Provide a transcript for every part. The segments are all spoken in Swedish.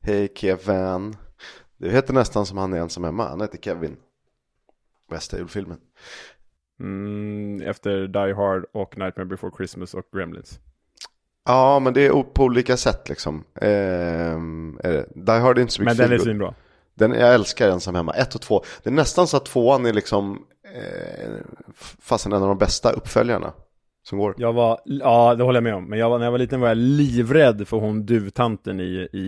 Hej Kevin. Det heter nästan som han är ensam hemma. Han heter Kevin. Bästa julfilmen. Efter Die Hard och Nightmare Before Christmas och Gremlins. Ja, men det är på olika sätt liksom. Die Hard är inte så mycket. Men den är svinbra. Jag älskar ensam hemma. 1 och 2. Det är nästan så att 2an är liksom fast en av de bästa uppföljarna som går. Ja, det håller jag med om. Men när jag var liten var jag livrädd för hon duvtanten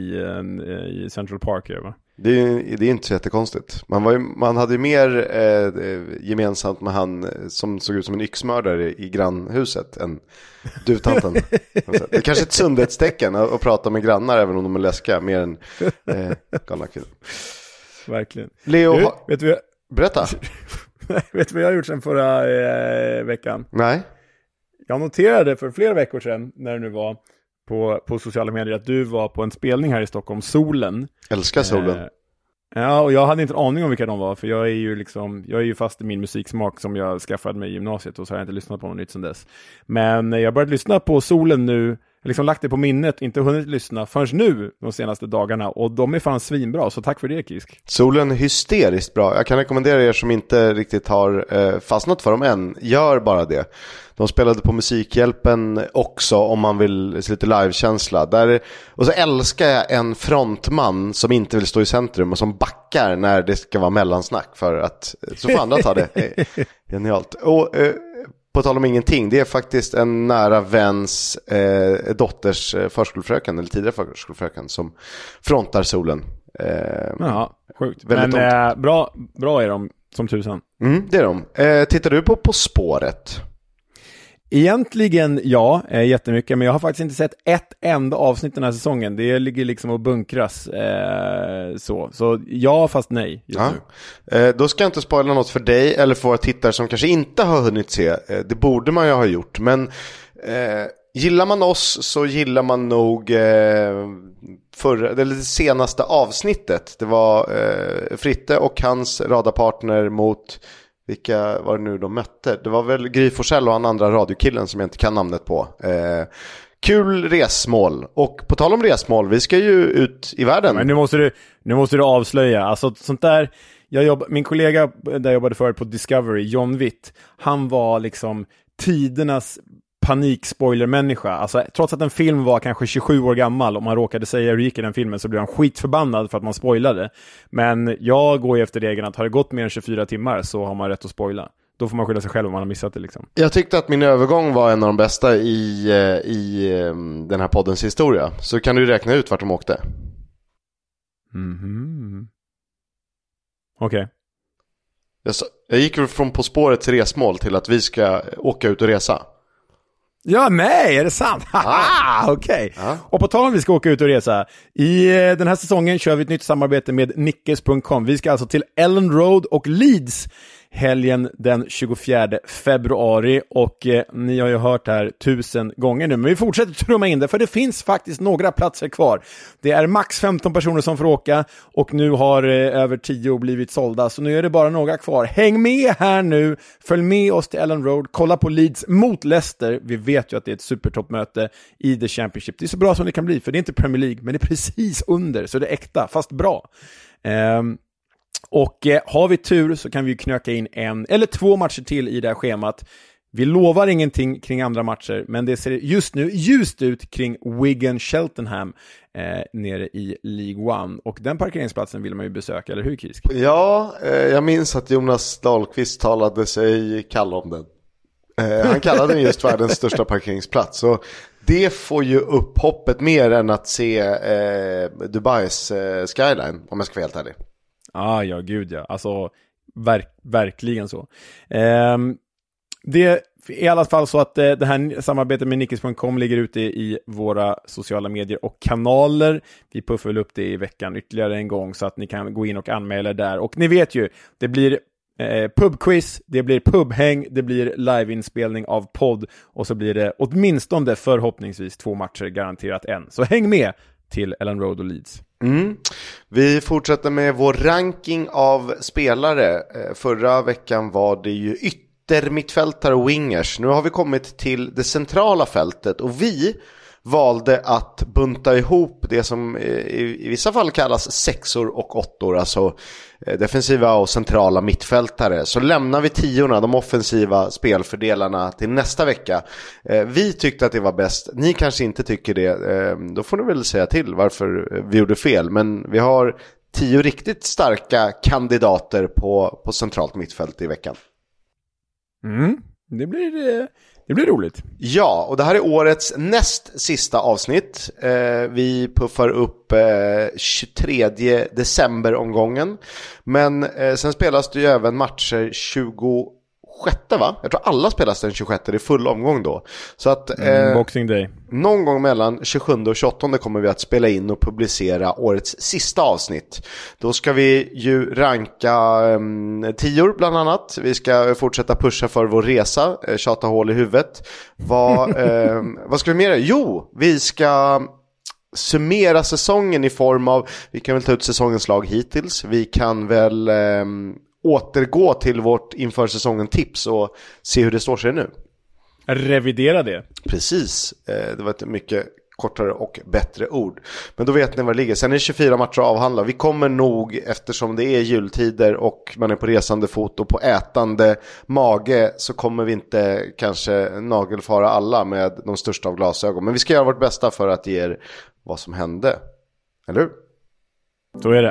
i Central Park. Va? Det är inte så jättekonstigt. Man hade ju mer gemensamt med han som såg ut som en yxmördare i grannhuset än duvtanten. Det är kanske ett sundhetstecken att prata med grannar även om de är läskiga, mer än galna kvinnor. Verkligen. Leo, vet du, berätta. Vet du vad jag har gjort sen förra veckan? Nej. Jag noterade för flera veckor sedan, när det nu var på sociala medier, att du var på en spelning här i Stockholm, Solen. Älskar Solen. Ja, och jag hade inte en aning om vilka de var, för jag är ju fast i min musiksmak som jag skaffade mig i gymnasiet, och så har jag inte lyssnat på något nytt sedan dess. Men jag började lyssna på Solen nu, liksom lagt det på minnet, inte hunnit lyssna förrän nu de senaste dagarna, och de är fan svinbra, så tack för det, Kisk. Solen är hysteriskt bra. Jag kan rekommendera er som inte riktigt har fastnat för dem än, gör bara det. De spelade på Musikhjälpen också, om man vill se lite livekänsla. Och så älskar jag en frontman som inte vill stå i centrum och som backar när det ska vara mellansnack, för att så får andra ta det. Genialt. Och på tal om ingenting, det är faktiskt en nära väns dotters förskolefröken, eller tidigare förskolefröken, som frontar Solen. Jaha, sjukt. Men bra är de som tusan. Det är de. Tittar du på Spåret? Egentligen ja, jättemycket, men jag har faktiskt inte sett ett enda avsnitt den här säsongen. Det ligger liksom och bunkras så ja, fast nej just nu. Då ska jag inte spoila något för dig eller för våra tittare som kanske inte har hunnit se. Det borde man ju ha gjort, men gillar man oss så gillar man nog det senaste avsnittet. Det var Fritte och hans radarpartner mot... Vilka var det nu de mötte? Det var väl Gry Forssell och han andra radiokillen som jag inte kan namnet på. Kul resmål. Och på tal om resmål, vi ska ju ut i världen. Men nu måste du avslöja. Alltså sånt där, min kollega där jag jobbade för på Discovery, John Witt, han var liksom tidernas panikspoilermänniska. Alltså, trots att en film var kanske 27 år gammal, om man råkade säga hur det gick i den filmen, så blev han skitförbannad för att man spoilade. Men jag går ju efter regeln att har det gått mer än 24 timmar så har man rätt att spoila. Då får man skylla sig själv om man har missat det liksom. Jag tyckte att min övergång var en av de bästa i den här poddens historia. Så kan du räkna ut vart de åkte. Okej. Jag gick från På spårets resmål till att vi ska åka ut och resa. Ja, nej, är det sant? Haha, okej. Och på tal om vi ska åka ut och resa, i den här säsongen kör vi ett nytt samarbete med Nickes.com. Vi ska alltså till Ellen Road och Leeds helgen den 24 februari, och ni har ju hört det här 1000 gånger nu, men vi fortsätter trumma in det, för det finns faktiskt några platser kvar. Det är max 15 personer som får åka, och nu har över 10 blivit sålda, så nu är det bara några kvar. Häng med här nu, följ med oss till Ellen Road, kolla på Leeds mot Leicester. Vi vet ju att det är ett supertoppmöte i The Championship. Det är så bra som det kan bli, för det är inte Premier League, men det är precis under, så det är äkta, fast bra. Och har vi tur så kan vi knöka in 1 eller 2 matcher till i det här schemat. Vi lovar ingenting kring andra matcher, men det ser just nu ljust ut kring Wigan-Cheltenham nere i League One. Och den parkeringsplatsen vill man ju besöka, eller hur, Kisk? Ja, jag minns att Jonas Dahlqvist talade sig kall om den. Han kallade den just världens största parkeringsplats. Så det får ju upp hoppet mer än att se Dubais skyline, om jag ska vara helt ärlig. Ja, gud ja. Alltså, verkligen så. Det är i alla fall så att det här samarbetet med Nickes.com ligger ute i våra sociala medier och kanaler. Vi puffar väl upp det i veckan ytterligare en gång, så att ni kan gå in och anmäla där. Och ni vet ju, det blir pubquiz, det blir pubhäng, det blir liveinspelning av podd, och så blir det åtminstone förhoppningsvis 2 matcher, garanterat 1. Så häng med till Ellen Road och Leeds. Vi fortsätter med vår ranking av spelare. Förra veckan var det ju yttermittfältare och wingers. Nu har vi kommit till det centrala fältet, och vi valde att bunta ihop det som i vissa fall kallas sexor och åttor, alltså defensiva och centrala mittfältare. Så lämnar vi tiorna, de offensiva spelfördelarna, till nästa vecka. Vi tyckte att det var bäst. Ni kanske inte tycker det. Då får ni väl säga till varför vi gjorde fel. Men vi har 10 riktigt starka kandidater på centralt mittfält i veckan. Det blir roligt. Ja, och det här är årets näst sista avsnitt. Vi puffar upp 23 december-omgången. Men sen spelas det ju även matcher 26, va? Jag tror alla spelas den 26, det är full omgång då. Så att Boxing Day. Någon gång mellan 27 och 28 kommer vi att spela in och publicera årets sista avsnitt. Då ska vi ju ranka 10 bland annat. Vi ska fortsätta pusha för vår resa, tjata hål i huvudet. Vad ska vi mer? Jo, vi ska summera säsongen i form av, vi kan väl ta ut säsongens lag hittills. Vi kan väl återgå till vårt inför säsongen tips och se hur det står sig nu. Revidera det. Precis, det var ett mycket kortare och bättre ord. Men då vet ni vad det ligger. Sen är det 24 matcher att avhandla. Vi kommer nog, eftersom det är jultider och man är på resande fot och på ätande mage, så kommer vi inte kanske nagelfara alla med de största av glasögon. Men vi ska göra vårt bästa för att ge er vad som hände. Eller hur? Så är det.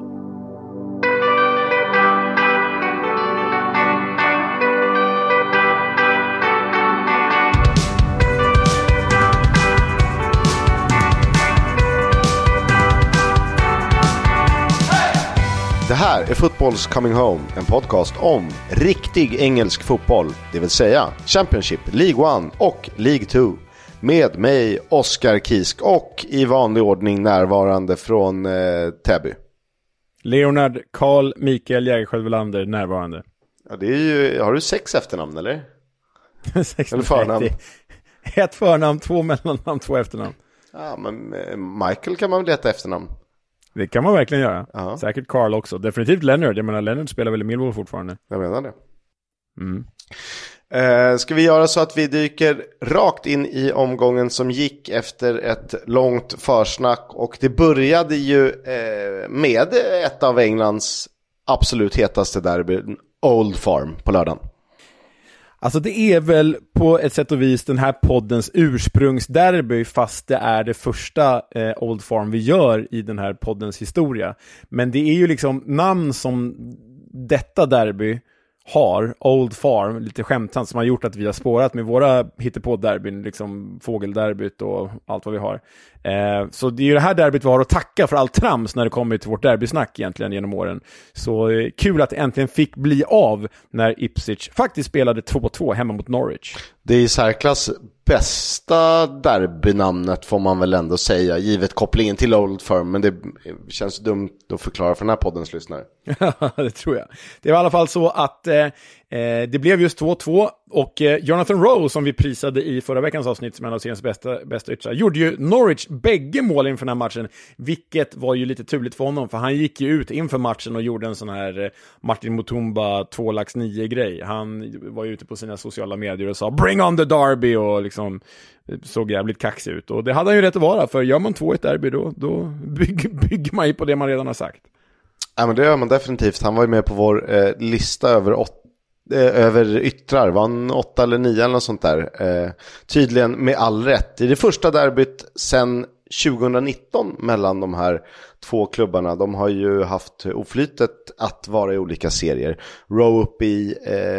Det här är Football's Coming Home, en podcast om riktig engelsk fotboll, det vill säga Championship, League 1 och League 2. Med mig, Oskar Kisk, och i vanlig ordning närvarande från Täby. Leonard Karl Mikael Jägerskiöld Welander närvarande. Ja, det är ju, har du 6 efternamn eller? 6 eller förnamn? Ett förnamn, 2 mellannamn, 2 efternamn. Ja, men Michael kan man väl leta efternamn. Det kan man verkligen göra. Ja. Säkert Carl också. Definitivt Leonard. Jag menar, Leonard spelar väl i Millwall fortfarande. Jag menar det. Ska vi göra så att vi dyker rakt in i omgången som gick efter ett långt försnack. Och det började ju med ett av Englands absolut hetaste derby, Old Firm, på lördagen. Alltså det är väl på ett sätt och vis den här poddens ursprungsderby, fast det är det första Old Firm vi gör i den här poddens historia. Men det är ju liksom namn som detta derby har, Old Firm, lite skämtsamt, som har gjort att vi har spårat med våra hittepå-derbyn, liksom fågelderbyt och allt vad vi har. Så det är ju det här derbyt vi har att tacka för allt trams när det kommer till vårt derbysnack egentligen genom åren. Så kul att det äntligen fick bli av när Ipswich faktiskt spelade 2-2 hemma mot Norwich. Det är i särklass bästa derbynamnet, får man väl ändå säga, givet kopplingen till Old Firm, men det känns dumt att förklara för den här poddens lyssnare. Det tror jag. Det var i alla fall så att det blev just 2-2 och Jonathan Rowe, som vi prisade i förra veckans avsnitt som en av seriens bästa yttrar, gjorde ju Norwich bägge mål inför den här matchen, vilket var ju lite turligt för honom, för han gick ju ut inför matchen och gjorde en sån här Martin Mutumba 2-9 grej. Han var ju ute på sina sociala medier och sa "Bring on the derby" och liksom såg jävligt kaxig ut, och det hade han ju rätt att vara, för gör man 2-1 derby då bygger man ju på det man redan har sagt. Ja, men det gör man definitivt. Han var ju med på vår lista över yttrar. Var han 8 eller 9 eller något sånt där. Tydligen med all rätt. I det första derbyt sen 2019 mellan de här två klubbarna. De har ju haft oflytet att vara i olika serier. Rowe upp i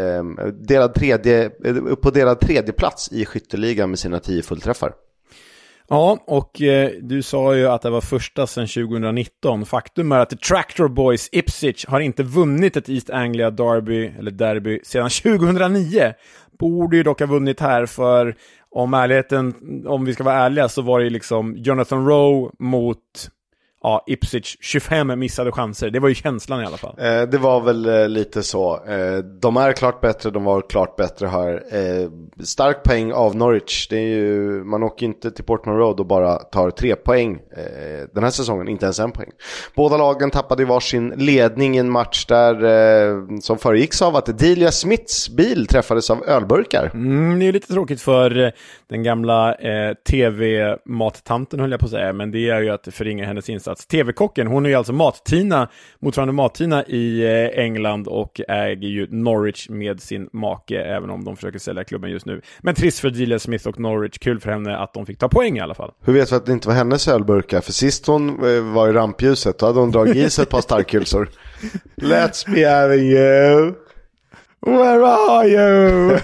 på delad tredje plats i skytteligan med sina 10 fullträffar. Ja, och du sa ju att det var första sedan 2019. Faktum är att The Tractor Boys Ipswich har inte vunnit ett East Anglia derby sedan 2009. Borde ju dock ha vunnit här, för om vi ska vara ärliga, så var det liksom Jonathan Rowe mot Ipswich 25 missade chanser. Det var ju känslan i alla fall. Det var väl lite så. De är klart bättre, de var klart bättre här. Stark poäng av Norwich. Det är ju, man åker inte till Portman Road och bara tar 3 poäng den här säsongen, inte ens 1 poäng. Båda lagen tappade i varsin ledning i en match där som föregicks av att Delia Smiths bil träffades av ölburkar. Det är lite tråkigt för den gamla tv-mattanten, höll jag på att säga, men det är ju att förringa hennes insats. TV-kocken, hon är ju alltså motsvarande Mat-Tina i England och äger ju Norwich med sin make, även om de försöker sälja klubben just nu. Men trist för Delia Smith och Norwich, kul för henne att de fick ta poäng i alla fall. Hur vet vi att det inte var hennes ölburkar? För sist hon var i rampljuset, då hade hon dragit i sig ett par starkkulsor. Let's be having you. Where are you?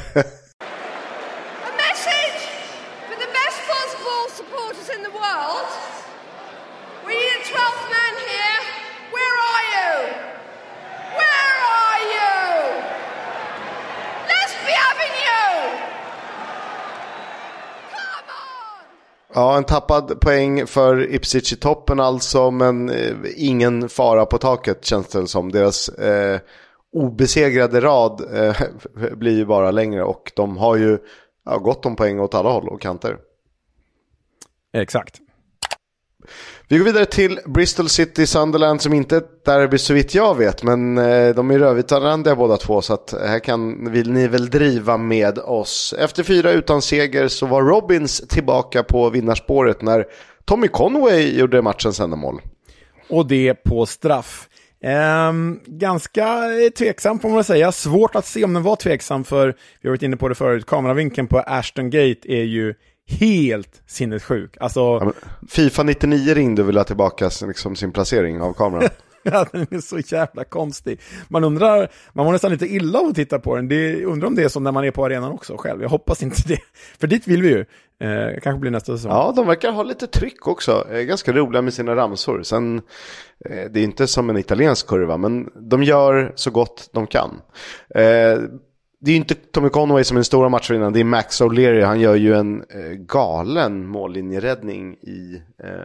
Ja, en tappad poäng för Ipswich i toppen alltså, men ingen fara på taket känns det som. Deras obesegrade rad blir ju bara längre och de har ju gått om poäng åt alla håll och kanter. Exakt. Vi går vidare till Bristol City Sunderland, som inte är ett derby så vitt jag vet, men de är rödvita båda två, så att här vill ni väl driva med oss. Efter 4 utan seger så var Robins tillbaka på vinnarspåret när Tommy Conway gjorde matchens enda mål. Och det på straff. Ganska tveksam får man säga. Svårt att se om den var tveksam, för vi har varit inne på det förut. Kameravinkeln på Ashton Gate är ju helt sinnessjuk. Alltså, FIFA 99 ringde och ville ha tillbaka liksom sin placering av kameran. Ja, den är så jävla konstig. Man var nästan lite illa av att titta på den. Undrar om det är som när man är på arenan också själv. Jag hoppas inte det. För dit vill vi ju. Kanske blir nästa säsong. Ja, de verkar ha lite tryck också. Ganska roliga med sina ramsor. Sen, det är inte som en italiensk kurva, men de gör så gott de kan. Det är ju inte Tommy Conway som är en stora matcher innan. Det är Max O'Leary. Han gör ju en galen mållinjeräddning i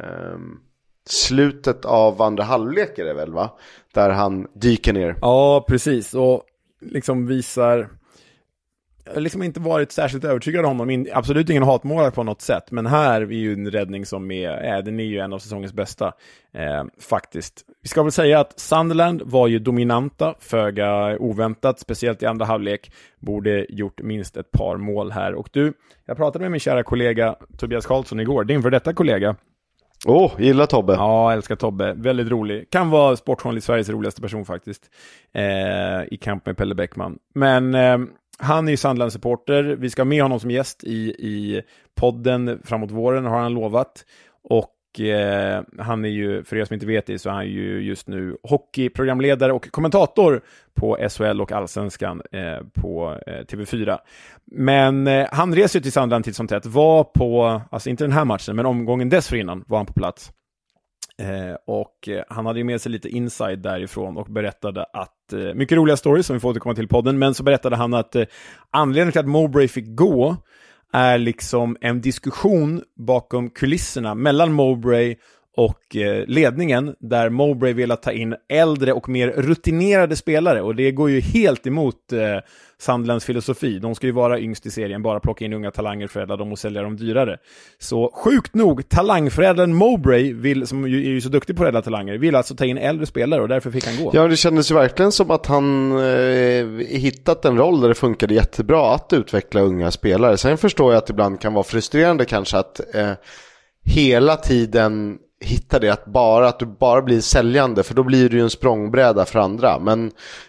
slutet av andra halvlek är det väl, va? Där han dyker ner. Ja, precis. Och liksom visar... Jag har liksom inte varit särskilt övertygad om honom. Absolut ingen hatmålare på något sätt. Men här är ju en räddning som den är ju en av säsongens bästa. Faktiskt. Vi ska väl säga att Sunderland var ju dominanta, föga oväntat. Speciellt i andra halvlek. Borde gjort minst ett par mål här. Och jag pratade med min kära kollega Tobias Karlsson igår. Din för detta kollega. Gillar Tobbe. Ja, älskar Tobbe. Väldigt rolig. Kan vara sportjournalist, Sveriges roligaste person faktiskt. I kamp med Pelle Bäckman. Men... han är ju Sunderland-supporter. Vi ska ha med honom som gäst i podden framåt våren, har han lovat. Och han är ju, för er som inte vet det, så är han ju just nu hockeyprogramledare och kommentator på SHL och Allsvenskan på TV4. Men han reser ju till Sunderland till som tätt. Var på, alltså inte den här matchen, men omgången dessförinnan var han på plats. Och han hade ju med sig lite inside därifrån och berättade att mycket roliga stories som vi får återkomma till podden, men så berättade han att anledningen till att Mowbray fick gå är liksom en diskussion bakom kulisserna mellan Mowbray och ledningen, där Mowbray vill ta in äldre och mer rutinerade spelare, och det går ju helt emot Sunderlands filosofi. De ska ju vara yngst i serien, bara plocka in unga talanger, förädla dem och sälja dem dyrare. Så sjukt nog, talangförädlaren Mowbray som är ju så duktig på att rädda talanger, vill alltså ta in äldre spelare, och därför fick han gå. Ja, det kändes ju verkligen som att han hittat en roll där det funkade jättebra att utveckla unga spelare. Sen förstår jag att det ibland kan vara frustrerande kanske att hela tiden hitta det, att du bara blir säljande, för då blir du ju en språngbräda för andra. Men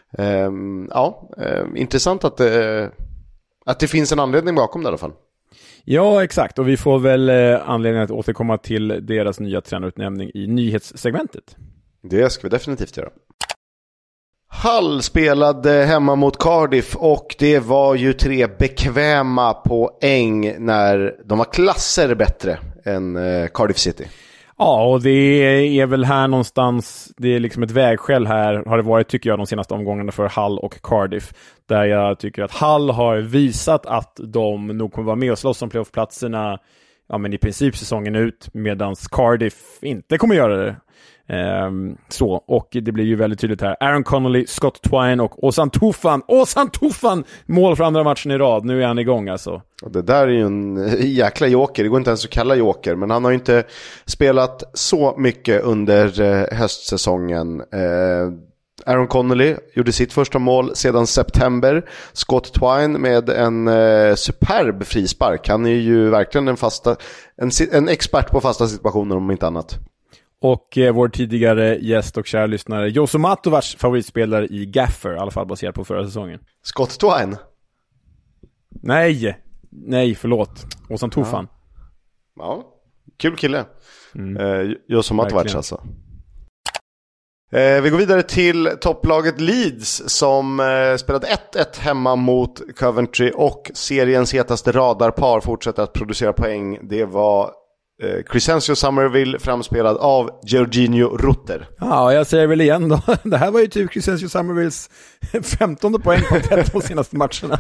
intressant att det finns en anledning bakom det i alla fall. Ja, exakt. Och vi får väl anledning att återkomma till deras nya tränarutnämning i nyhetssegmentet. Det ska vi definitivt göra. Hull spelade hemma mot Cardiff, och det var ju 3 bekväma poäng när de var klasser bättre än Cardiff City. Ja, och det är väl här någonstans, det är liksom ett vägskäl här, har det varit tycker jag de senaste omgångarna för Hull och Cardiff, där jag tycker att Hull har visat att de nog kommer vara med och slåss om playoffplatserna, ja, men i princip säsongen ut, medan Cardiff inte kommer göra det. Så, och det blir ju väldigt tydligt här. Aaron Connolly, Scott Twine och Ozan Tufan, mål för andra matchen i rad. Nu är han igång alltså. Och det där är ju en jäkla joker. Det går inte ens att kalla joker, men han har ju inte spelat så mycket under höstsäsongen. Aaron Connolly gjorde sitt första mål sedan september. Scott Twine med en superb frispark. Han är ju verkligen en expert på fasta situationer om inte annat. Och vår tidigare gäst och kära lyssnare Josu Matovac, favoritspelare i Gaffer, i alla fall baserat på förra säsongen. Scott Twine? Nej, förlåt. Ozan Tufan. Ja, kul kille. Josu Matovac alltså. Vi går vidare till topplaget Leeds som spelade 1-1 hemma mot Coventry, och seriens hetaste radarpar fortsätter att producera poäng. Det var Crescencio Somerville framspelad av Jorginho Rutter. Ja, jag säger väl igen då. Det här var ju typ Crescencio Somervilles 15:e poäng på 13 senaste matcherna.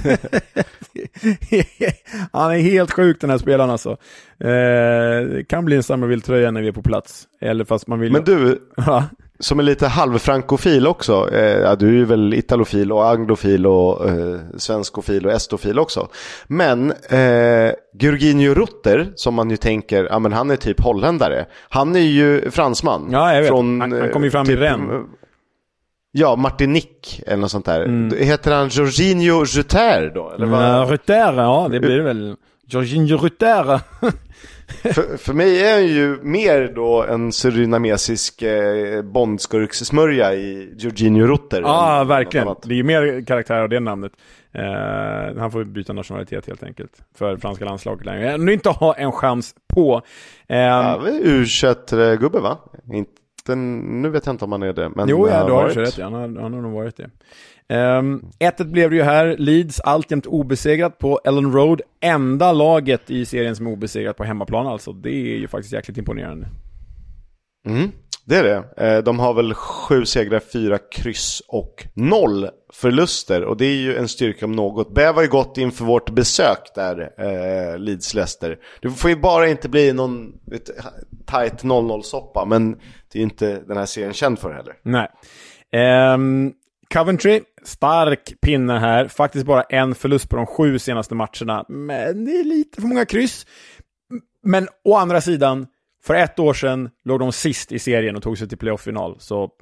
Han är helt sjuk den här spelaren alltså. Det kan bli en Somerville-tröja när vi är på plats. Eller fast man vill... Men du... Som är lite halvfrankofil också. Du är ju väl italofil och anglofil och svenskofil och estofil också. Men Jorginho Rutter, som man ju tänker, men han är typ holländare. Han är ju fransman. Ja, jag vet. Han kom ju fram typ, i Rennes. Ja, Martinique eller något sånt där. Heter han Jorginho Rutter då? Eller vad? Rutter, ja, det blir väl. Jorginho Rutter. för mig är han ju mer då en surinamesisk bondskurkssmörja i Jorginho Rutter. Ja, verkligen. Det är ju mer karaktär av det namnet. Han får byta nationalitet helt enkelt för franska landslaget längre. Nu inte ha en chans på. U21-gubbe va? Nu vet jag inte om han är det. Men jo, ja, du har rätt. Han har nog varit det. 1-1 blev det ju här. Leeds alltjämt obesegrat på Ellen Road. Enda laget i serien som är obesegrat på hemmaplan alltså. Det är ju faktiskt jäkligt imponerande. Det är det. De har väl 7 segrar, 4 kryss och 0 förluster. Och det är ju en styrka om något. Bävar ju gott inför vårt besök där, Leeds Leicester. Det får ju bara inte bli någon tight 0-0-soppa. Men det är inte den här serien känd för heller. Nej. Coventry, stark pinne här. Faktiskt bara en förlust på de 7 senaste matcherna. Men det är lite för många kryss. Men å andra sidan, för 1 år sedan låg de sist i serien och tog sig till playoff-final. Så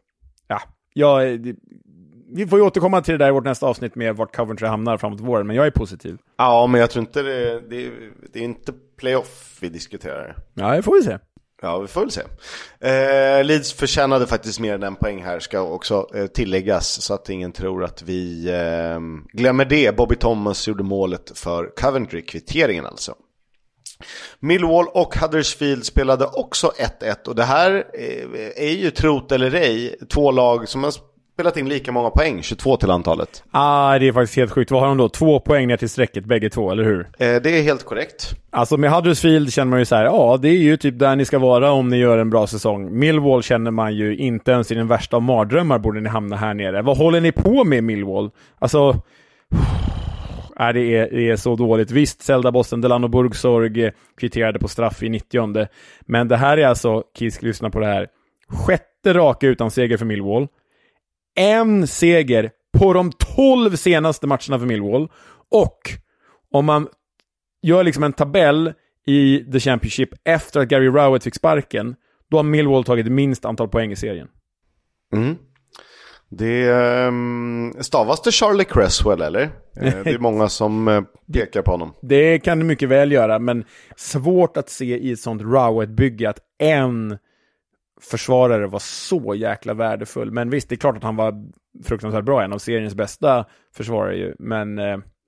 vi får ju återkomma till det där i vårt nästa avsnitt med vart Coventry hamnar framåt våren. Men jag är positiv. Ja, men jag tror inte det är inte playoff vi diskuterar. Ja, det får vi se. Ja, vi får väl se. Leeds förtjänade faktiskt mer än en poäng här, ska också tilläggas, så att ingen tror att vi glömmer det. Bobby Thomas gjorde målet för Coventry, kvitteringen alltså. Millwall och Huddersfield spelade också 1-1, och det här är ju, trot eller ej, 2 lag som har spelat in lika många poäng, 22 till antalet. Det är faktiskt helt sjukt. Vad har de då? 2 poäng ner till strecket, bägge två, eller hur? Det är helt korrekt. Alltså med Huddersfield känner man ju så här, det är ju typ där ni ska vara om ni gör en bra säsong. Millwall känner man ju inte ens i den värsta av mardrömmar borde ni hamna här nere. Vad håller ni på med, Millwall? Alltså... Det är så dåligt. Visst, Zelda Boston, Delano Burgsorg kvitterade på straff i 90:e. Men det här är alltså, Kisk, lyssna på det här, 6:e raka utan seger för Millwall. 1 seger på de 12 senaste matcherna för Millwall. Och om man gör liksom en tabell i The Championship efter att Gary Rowett fick sparken, då har Millwall tagit minst antal poäng i serien. Det stavas det Charlie Cresswell, eller? Det är många som pekar på honom. Det kan det mycket väl göra, men svårt att se i ett sånt Rowett-bygge att en försvarare var så jäkla värdefull. Men visst, det är klart att han var fruktansvärt bra, en av seriens bästa försvarare ju. Men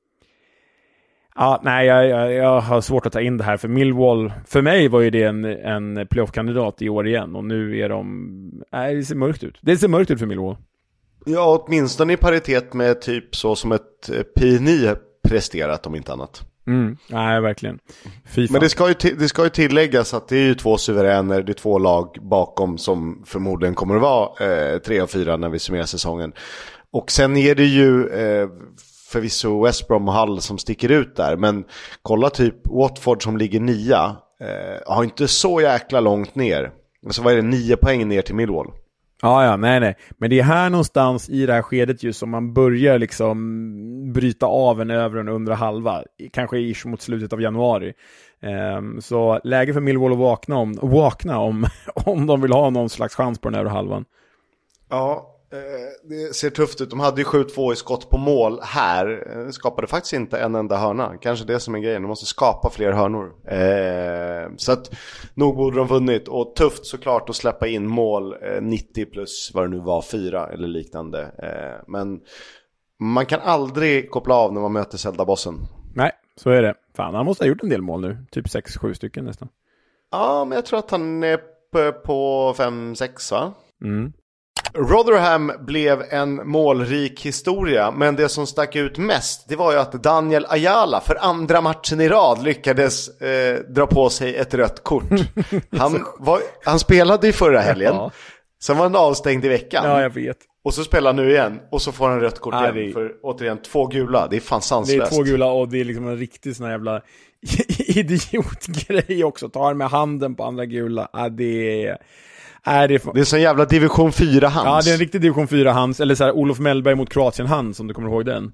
jag har svårt att ta in det här, för Millwall, för mig var ju det en playoff-kandidat i år igen, och nu är det ser mörkt ut. Det ser mörkt ut för Millwall. Ja, åtminstone i paritet med typ så som ett P9 presterat, om inte annat. Nej, verkligen. Men det ska ju tilläggas att det är ju 2 suveräner, det är 2 lag bakom som förmodligen kommer att vara 3 och 4 när vi summerar säsongen. Och sen är det ju förvisso West Brom och Hull som sticker ut där, men kolla typ Watford som ligger 9, har inte så jäkla långt ner. Så vad är det, 9 poäng ner till Millwall? Ja, nej. Men det är här någonstans i det här skedet just som man börjar liksom bryta av en övre och en undre halva. Kanske ish mot slutet av januari. Så läge för Millwall att vakna om de vill ha någon slags chans på den övre halvan. Ja, det ser tufft ut. De hade ju 7-2 i skott på mål här. Skapade faktiskt inte en enda hörna. Kanske det som är grejen. De måste skapa fler hörnor. Så att nog borde de vunnit. Och tufft såklart att släppa in mål 90 plus vad det nu var 4 eller liknande. Men man kan aldrig koppla av när man möter Zelda-bossen. Nej, så är det. Fan, han måste ha gjort en del mål nu. Typ 6-7 stycken nästan. Ja, men jag tror att han är på 5-6 va? Mm. Rotherham blev en målrik historia, men det som stack ut mest, det var ju att Daniel Ayala för andra matchen i rad lyckades dra på sig ett rött kort. Han spelade i förra helgen, ja. Sen var han avstängd i veckan. Ja, jag vet. Och så spelar han nu igen, och så får han rött kort igen för återigen 2 gula. Det är fan sanslöst. Det är 2 gula och det är liksom en riktig sån här jävla idiotgrej också. Tar med handen på andra gula. Det är sån jävla division 4 hands. Ja, det är en riktig division 4 hands. Eller så här Olof Mellberg mot Kroatien hands, om du kommer ihåg den.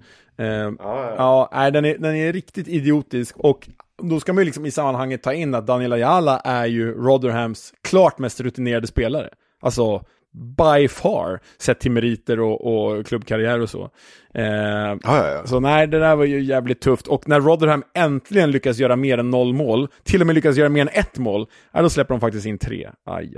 Den är riktigt idiotisk. Och då ska man ju liksom i sammanhanget ta in att Daniel Ayala är ju Rotherhams klart mest rutinerade spelare. Alltså by far, sett till meriter och klubbkarriär och så. Så nej, det där var ju jävligt tufft. Och när Rotherham äntligen lyckas göra mer än 0 mål, till och med lyckas göra mer än 1 mål, då släpper de faktiskt in 3. Aj.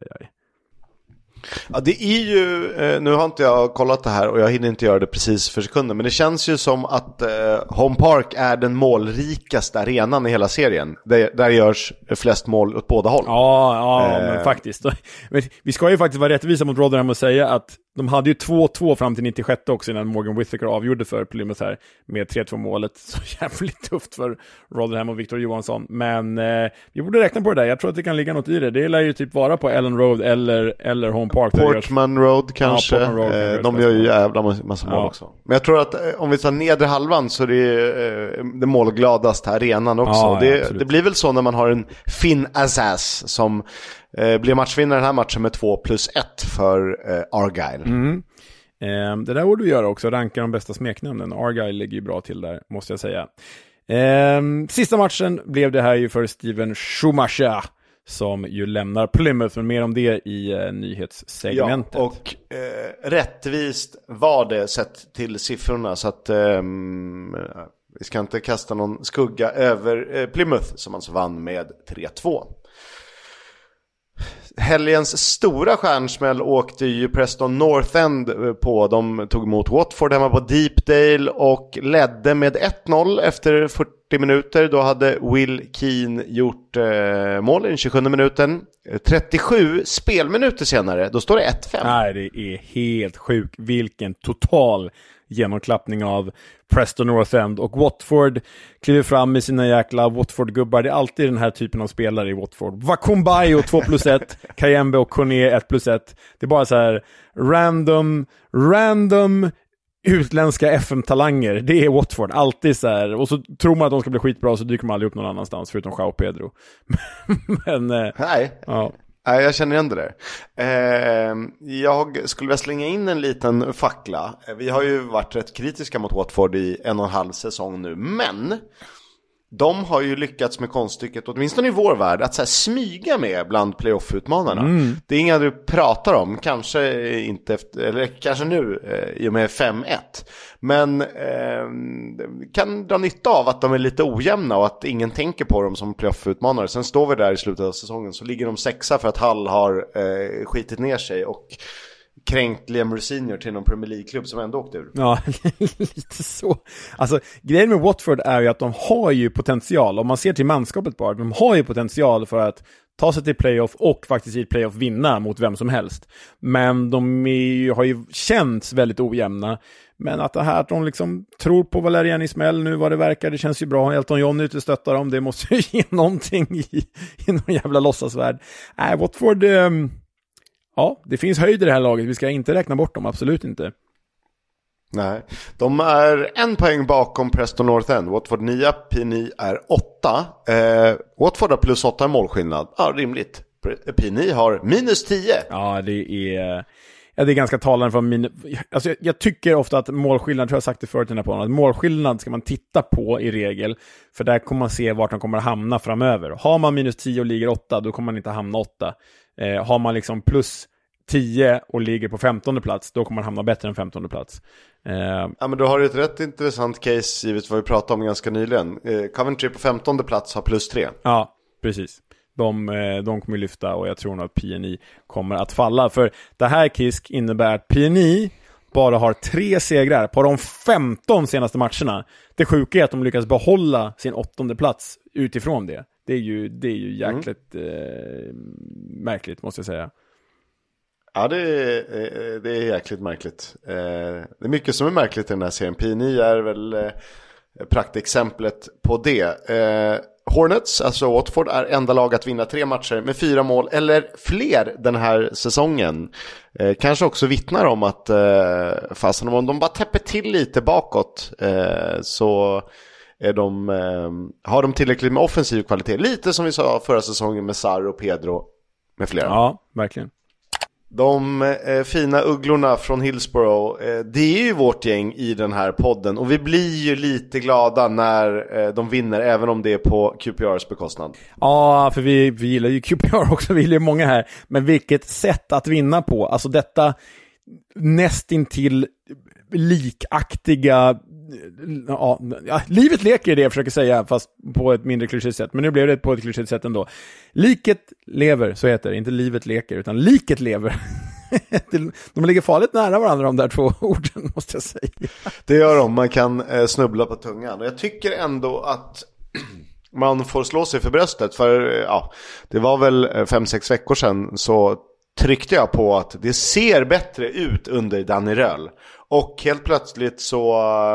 Ja, det är ju, nu har inte jag kollat det här och jag hinner inte göra det precis för sekunder, men det känns ju som att Home Park är den målrikaste arenan i hela serien. Där görs flest mål åt båda håll. Ja, men faktiskt. Vi ska ju faktiskt vara rättvisa mot Rotherham och säga att de hade ju 2-2 fram till 96 också innan Morgan Whittaker avgjorde för Plymouth här med 3-2 målet. Så jävligt tufft för Rotherham och Victor Johansson. Men vi borde räkna på det där. Jag tror att det kan ligga något i det. Det lär ju typ vara på Ellen Road eller Home Park. Portman Road kanske. Ja, Portman Road, de gör ju jävla massa mål också. Men jag tror att om vi tar nedre halvan så är det målgladaste arenan också. Det blir väl så när man har en Finn Azaz som blir matchvinnare den här matchen med 2+1 för Argyle. Det där borde vi göra också, ranka de bästa smeknamnen. Argyle ligger ju bra till där, måste jag säga. Sista matchen blev det här ju för Steven Schumacher, som ju lämnar Plymouth, men mer om det i nyhetssegmentet. Ja, och rättvist var det sett till siffrorna, så att vi ska inte kasta någon skugga över Plymouth som alltså vann med 3-2. Helgens stora stjärnsmäll åkte ju Preston North End på. De tog emot Watford hemma på Deepdale och ledde med 1-0 efter 40 minuter. Då hade Will Keane gjort mål i den 27 minuten. 37 spelminuter senare, då står det 1-5. Nej, det är helt sjukt. Vilken total genomklappning av Preston North End. Och Watford kliver fram med sina jäkla Watford-gubbar. Det är alltid den här typen av spelare i Watford. Vakumbayo 2+1, Kayembe och Kone 1+1. Det är bara så här random utländska FM-talanger. Det är Watford, alltid så här. Och så tror man att de ska bli skitbra, så dyker de aldrig upp någon annanstans förutom João Pedro. Men nej. Ja. Nej, jag känner igen det där. Jag skulle vilja slänga in en liten fackla. Vi har ju varit rätt kritiska mot Watford i 1,5 säsong nu. Men de har ju lyckats med konststycket, åtminstone i vår värld, att så här smyga med bland playoff-utmanarna. Det är inga du pratar om, kanske inte efter, eller kanske nu i och med 5-1. Men kan dra nytta av att de är lite ojämna och att ingen tänker på dem som playoff-utmanare. Sen står vi där i slutet av säsongen, så ligger de 6 för att Hull har skitit ner sig och kränkt Liam Rosinio till någon Premier League-klubb som ändå åkte ur. Ja, lite så. Alltså, grejen med Watford är ju att de har ju potential. Om man ser till manskapet bara, de har ju potential för att ta sig till playoff och faktiskt i playoff vinna mot vem som helst. Men de har ju känts väldigt ojämna. Men att det här att de liksom tror på Valerian Ismael nu vad det verkar, det känns ju bra. Elton John ute stöttar dem, det måste ju ge någonting i någon jävla låtsasvärld. Watford... Ja, det finns höjd i det här laget. Vi ska inte räkna bort dem, absolut inte. Nej, de är 1 poäng bakom Preston North End. Watford 9, P9 är 8. Watford har +8 i målskillnad. Ja, rimligt. PNI har -10. Ja, det är ganska talande för alltså jag tycker ofta att målskillnad, tror jag sagt det förut i den här podden, att målskillnad ska man titta på i regel, för där kommer man se vart de kommer att hamna framöver. Har man -10 och ligger 8, då kommer man inte hamna 8. Har man liksom +10 och ligger på 15:e plats, då kommer man hamna bättre än 15:e plats. Ja, men då har du ett rätt intressant case givet vad vi pratade om ganska nyligen. Coventry på 15:e plats har +3. Ja, precis. De kommer lyfta, och jag tror nog att PNI kommer att falla. För det här, Kisk, innebär att PNI bara har 3 segrar på de 15 senaste matcherna. Det sjuka är att de lyckas behålla sin 8:e plats utifrån det. Det är ju jäkligt märkligt, måste jag säga. Ja, det är jäkligt märkligt. Det är mycket som är märkligt i den här serien. PNI är väl praktexemplet på det. Hornets, alltså Watford, är enda lag att vinna 3 matcher med 4 mål eller fler den här säsongen. Kanske också vittnar om att fastän om de bara täpper till lite bakåt så har de tillräckligt med offensiv kvalitet. Lite som vi sa förra säsongen med Sarr och Pedro med flera. Ja, verkligen. De fina ugglorna från Hillsborough, det är ju vårt gäng i den här podden. Och vi blir ju lite glada när de vinner, även om det är på QPRs bekostnad. Ja, för vi gillar ju QPR också, vi gillar ju många här. Men vilket sätt att vinna på. Alltså detta nästintill likaktiga... Ja, livet leker, det jag försöker säga, fast på ett mindre klyschigt sätt. Men nu blev det på ett klyschigt sätt ändå. Liket lever, så heter det. Inte livet leker, utan liket lever. De ligger farligt nära varandra, de där 2 orden, måste jag säga. Det gör de, man kan snubbla på tungan. Och jag tycker ändå att man får slå sig för bröstet. För det var väl 5-6 veckor sedan så tryckte jag på att det ser bättre ut under Danny Röhl. Och helt plötsligt så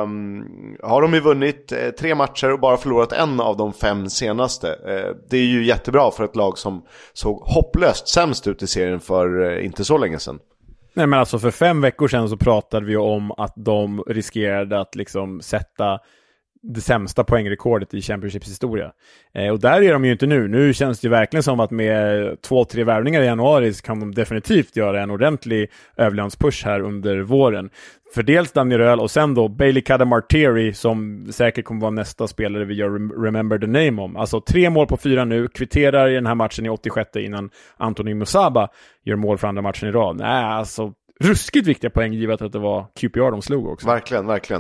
har de ju vunnit 3 matcher och bara förlorat 1 av de 5 senaste. Det är ju jättebra för ett lag som såg hopplöst sämst ut i serien för inte så länge sedan. Nej, men alltså för 5 veckor sedan så pratade vi om att de riskerade att liksom sätta det sämsta poängrekordet i Championships historia. Och där är de ju inte nu. Nu känns det ju verkligen som att med 2-3 värvningar i januari så kan de definitivt göra en ordentlig överlandspush här under våren. För dels Danny Röhl och sen då Bailey Cadamarteri, som säkert kommer vara nästa spelare vi gör Remember the Name om. Alltså 3 mål på 4 nu, kvitterar i den här matchen i 86 innan Anthony Musaba gör mål för andra matchen i rad. Nej, alltså ruskigt viktiga poäng givet att det var QPR de slog också. Verkligen, verkligen.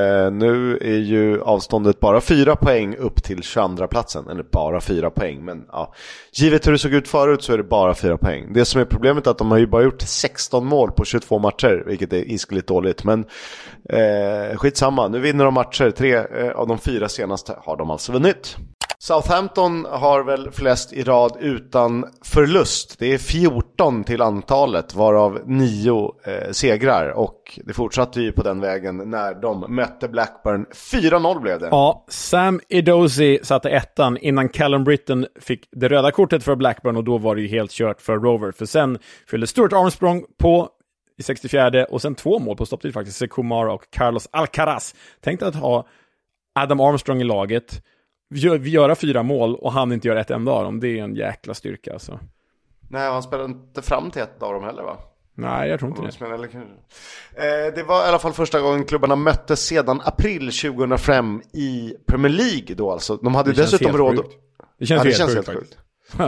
Nu är ju avståndet bara 4 poäng upp till 22:a platsen. Eller bara 4 poäng, men ja. Givet hur det såg ut förut så är det bara 4 poäng. Det som är problemet är att de har ju bara gjort 16 mål på 22 matcher, vilket är iskeligt dåligt. Men skitsamma, nu vinner de matcher. 3 av de 4 senaste har de alltså vunnit. Southampton har väl flest i rad utan förlust. Det är 14 till antalet, varav 9 segrar. Och det fortsatte ju på den vägen när de mötte Blackburn. 4-0 blev det. Ja, Sam Edozie satte 1:an innan Callum Britton fick det röda kortet för Blackburn. Och då var det ju helt kört för Rover. För sen fyllde Stuart Armstrong på i 64 och sen 2 mål på stopptid faktiskt. Sekumara och Carlos Alcaraz. Tänkte att ha Adam Armstrong i laget, göra 4 mål och han inte gör ett enda av dem. Det är en jäkla styrka alltså. Nej, han spelade inte fram till ett av dem heller, va? Nej, jag tror inte det. Det var i alla fall första gången klubbarna möttes sedan april 2005 i Premier League då alltså. De hade dessutom råd. Det känns helt sjukt.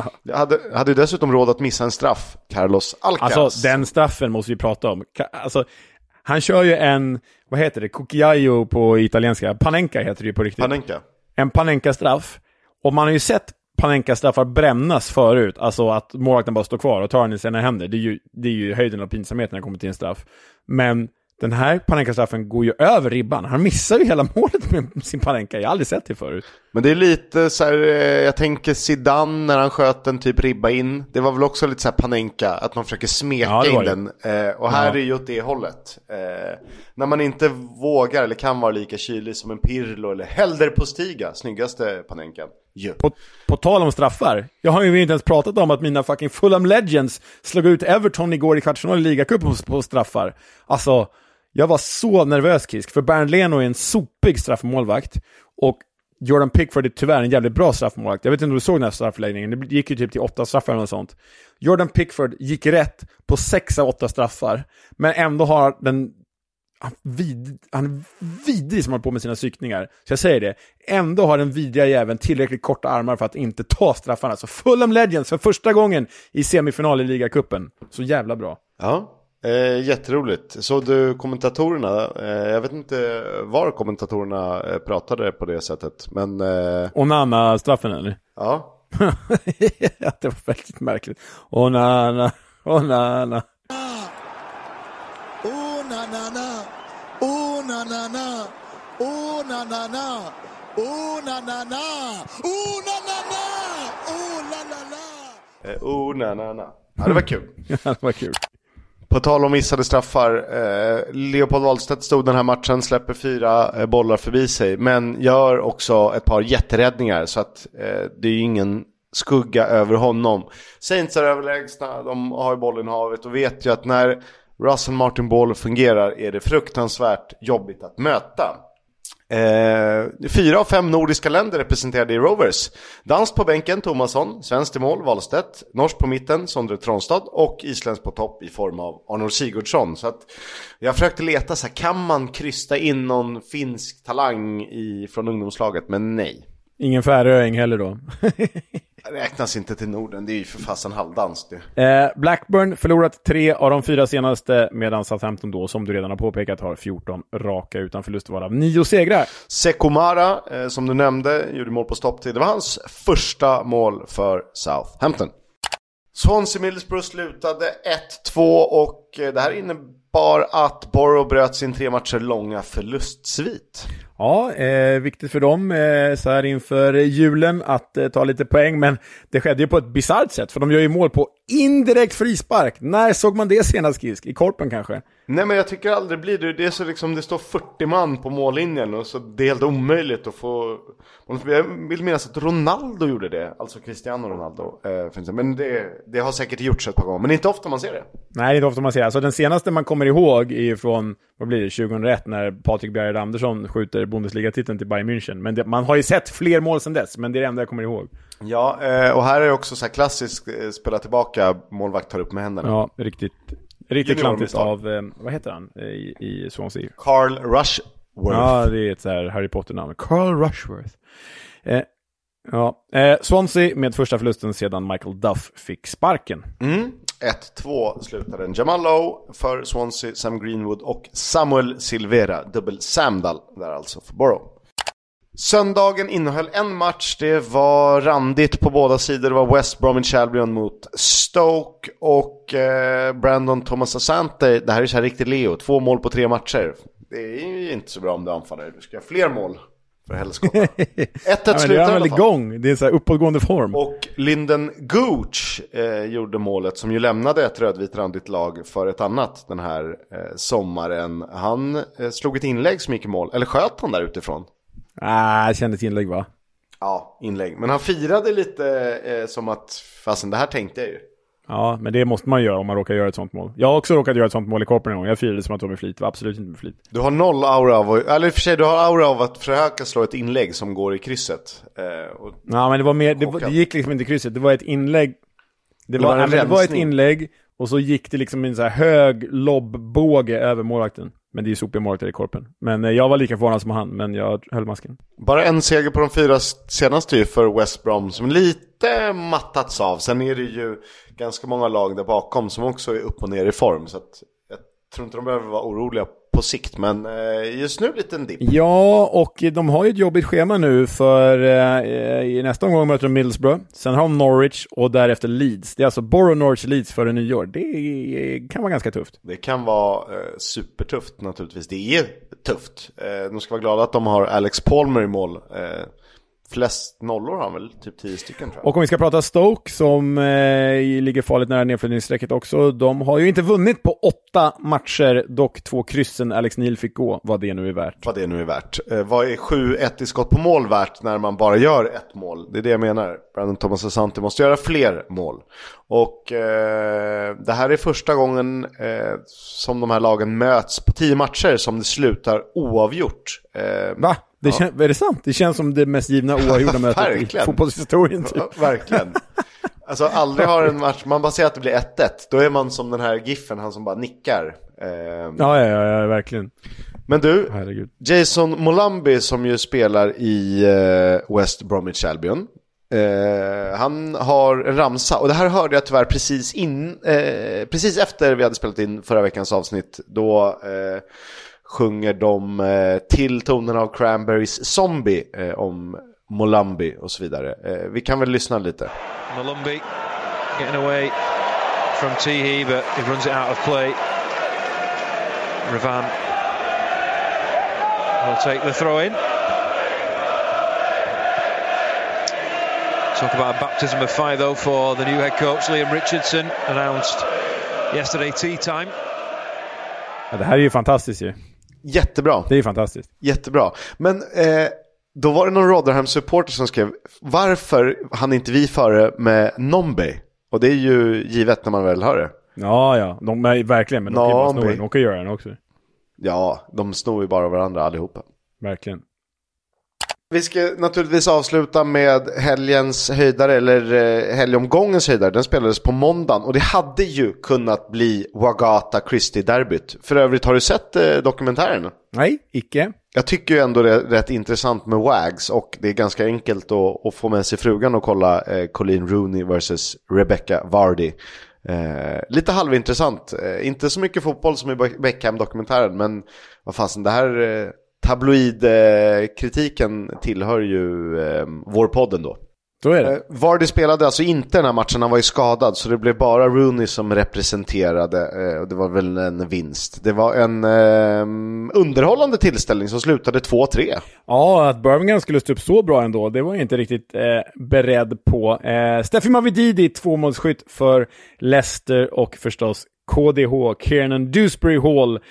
hade dessutom råd att missa en straff, Carlos Alcaraz. Alltså den straffen måste vi prata om. Alltså han kör ju en, vad heter det? Cucchiaio på italienska. Panenka heter det ju på riktigt. Panenka. En Panenka-straff. Och man har ju sett Panenka-straffar brännas förut. Alltså att målvakten bara står kvar och tar den i sina händer. Det är ju höjden av pinsamhet när det kommer till en straff. Men den här Panenka-straffen går ju över ribban. Han missar ju hela målet med sin Panenka. Jag har aldrig sett det förut. Men det är lite så här, jag tänker Zidane när han sköt en typ ribba in. Det var väl också lite så här Panenka, att man försöker smeka in den. Och här är ju åt det hållet. När man inte vågar eller kan vara lika kylig som en Pirlo eller Helder Postiga, snyggaste Panenka. Yeah. På tal om straffar. Jag har ju inte ens pratat om att mina fucking Fulham Legends slog ut Everton igår i kvartsfinal i ligacupen på straffar. Alltså, jag var så nervös, Kisk. För Bernd Leno är en sopig straffmålvakt. Och Jordan Pickford är tyvärr en jävligt bra straffmålvakt. Jag vet inte om du såg den här straffläggningen. Det gick ju typ till 8 straffar eller något sånt. Jordan Pickford gick rätt på 6 av 8 straffar. Men ändå har han är vidrig som har på med sina cykningar. Så jag säger det. Ändå har den vidriga jäveln tillräckligt korta armar för att inte ta straffarna. Så Fulham Legends för första gången i semifinal i ligacupen. Så jävla bra. Ja. Jätteroligt. Så du kommentatorerna, jag vet inte var kommentatorerna pratade på det sättet, men Onana-straffen eller? Ja. Ja, det var väldigt märkligt. Onana. Onanana. Ja, det var kul. Ja, det var kul. På tal om missade straffar, Leopold Wahlstedt stod den här matchen, släpper 4 bollar förbi sig, men gör också ett par jätteräddningar, så att det är ju ingen skugga över honom. Saints är överlägsna, de har ju bollen i havet och vet ju att när Russell Martin Ball fungerar är det fruktansvärt jobbigt att möta. 4 av 5 nordiska länder representerade i Rovers. Danskt på bänken Thomasson, svenskt i mål Wahlstedt, norsk på mitten Sondre Tronstad och isländsk på topp i form av Arnold Sigurdsson. Så att jag försökte leta så här, kan man krysta in någon finsk talang från ungdomslaget, men nej. Ingen Färöing heller då. Räknas inte till Norden, det är ju för fasen halvdans det. Blackburn förlorat 3 av de 4 senaste, medan Southampton då, som du redan har påpekat, har 14 raka utan förlust varav 9 segrar. Sekomara, som du nämnde, gjorde mål på stopptid. Det var hans första mål för Southampton. Swansea Middlesbrough slutade 1-2 och det här innebar att Borough bröt sin 3 matcher långa förlustsvit. Ja, viktigt för dem så här inför julen att ta lite poäng, men det skedde ju på ett bizarrt sätt, för de gör ju mål på indirekt frispark. När såg man det senast, Kisk? I Korpen kanske? Nej, men jag tycker aldrig blir det. Det är så liksom, det står 40 man på mållinjen och så det är helt omöjligt att få. Jag vill minnas att Ronaldo gjorde det, alltså Cristiano Ronaldo. Men det har säkert gjorts ett par gånger, men inte ofta man ser det. Nej, det är inte ofta man ser det. Alltså den senaste man kommer ihåg är från, vad blir det, 2001 när Patrik Bjerre Andersson skjuter Bundesliga-titeln till Bayern München. Men man har ju sett fler mål sedan dess, men det är det enda jag kommer ihåg. Ja, och här är det också så här klassiskt spela tillbaka, målvakt tar upp med händerna. Ja, riktigt klantigt av, vad heter han i Swansea? Carl Rushworth. Ja, det är ett så här Harry Potter-namn. Carl Rushworth. Swansea med första förlusten sedan Michael Duff fick sparken. 1-2 slutade en Jamal Lowe för Swansea, Sam Greenwood och Samuel Silvera, dubbel Samdal där alltså för Borough. Söndagen innehöll en match, det var randigt på båda sidor. Det var West Bromwich Albion mot Stoke och Brandon Thomas Asante. Det här är så här riktigt Leo, 2 mål på 3 matcher. Det är ju inte så bra om du anfaller. Du ska ha fler mål för helskotta. 1-1 slutar i alla fall. Igång. Det är så här uppåtgående form. Och Lyndon Gooch gjorde målet, som ju lämnade ett rödvit randigt lag för ett annat den här sommaren. Han slog ett inlägg som gick i mål. Eller sköt han där utifrån? Jag kände ett inlägg, va? Ja, inlägg. Men han firade lite som att, fastän det här tänkte jag ju. Ja, men det måste man göra om man råkar göra ett sånt mål. Jag har också råkat göra ett sånt mål i Korpen en gång. Jag firade som att det var med flit. Det var absolut inte med flit. Du har noll aura av, eller i och för sig, du har aura av att försöka slå ett inlägg som går i krysset. Ja, men det var mer, det gick liksom inte i krysset. Det var ett inlägg. Det var ett inlägg och så gick det liksom en så här hög lobbåge över målvakten. Men det är ju sopiga målvakter i Korpen. Men jag var lika förvånad som han, men jag höll masken. Bara en seger på de 4 senaste för West Brom som lite mattats av. Sen är det ju ganska många lag där bakom som också är upp och ner i form. Så att jag tror inte de behöver vara oroliga på sikt, men just nu lite en dipp. Ja, och de har ju ett jobbigt schema nu för i nästa omgång möter de Middlesbrough, sen har de Norwich och därefter Leeds. Det är alltså Borough, Norwich, Leeds före nyår. Det kan vara ganska tufft. Det kan vara supertufft naturligtvis. Det är tufft. De ska vara glada att de har Alex Palmer i mål. Flest nollor har han väl, typ 10 stycken tror jag. Och om vi ska prata Stoke som ligger farligt nära nedflyttningsstrecket också. De har ju inte vunnit på 8 matcher, dock 2 kryssen Alex Neil fick gå, vad det nu är värt. Vad är 7-1 i skott på mål värt när man bara gör ett mål? Det är det jag menar. Brandon Thomas Asante måste göra fler mål. Och det här är första gången som de här lagen möts på 10 matcher som det slutar oavgjort. Va? Är det sant? Det känns som det mest givna oavgjorda mötet i fotbollshistorien. Typ. Ja, verkligen. Alltså aldrig har en match, man bara säger att det blir 1-1. Då är man som den här giffen, han som bara nickar. Ja, verkligen. Men du, herregud. Jason Molambi som ju spelar i West Bromwich Albion. Han har en ramsa, och det här hörde jag tyvärr precis efter vi hade spelat in förra veckans avsnitt. Då sjunger de till tonen av Cranberries Zombie om Molambi och så vidare. Vi kan väl lyssna lite. Molambi getting away from Teehee, but he runs it out of play. Revan will take the throw in. Talk about a baptism of fire though for the new head coach Liam Richardson, announced yesterday tea time. Ja, det här är ju fantastiskt ju. Jättebra. Det är fantastiskt. Jättebra. Men då var det någon Rotherham-supporter som skrev: varför hann inte vi före med Nombe? Och det är ju givet när man väl hör det. Ja, de är verkligen, men de kan göra den också. Ja, de snor ju bara varandra allihopa. Verkligen. Vi ska naturligtvis avsluta med helgens höjdare, eller helgomgångens höjdare. Den spelades på måndagen och det hade ju kunnat bli Wagata Christie-derbyt. För övrigt, har du sett dokumentären? Nej, icke. Jag tycker ju ändå det är rätt intressant med Wags, och det är ganska enkelt att få med sig frugan och kolla Colleen Rooney versus Rebecca Vardy. Lite halvintressant. Inte så mycket fotboll som i Beckham-dokumentären, men vad fasen, det här tabloidkritiken tillhör ju vår podden då. Så är det. Vardy spelade alltså inte den här matchen, han var ju skadad, så det blev bara Rooney som representerade, och det var väl en vinst. Det var en underhållande tillställning som slutade 2-3. Ja, att Birmingham skulle stå upp så bra ändå, det var jag inte riktigt beredd på. Steffi Mavididi, 2-målsskytt för Leicester, och förstås KDH, Kiernan Dewsbury Hall,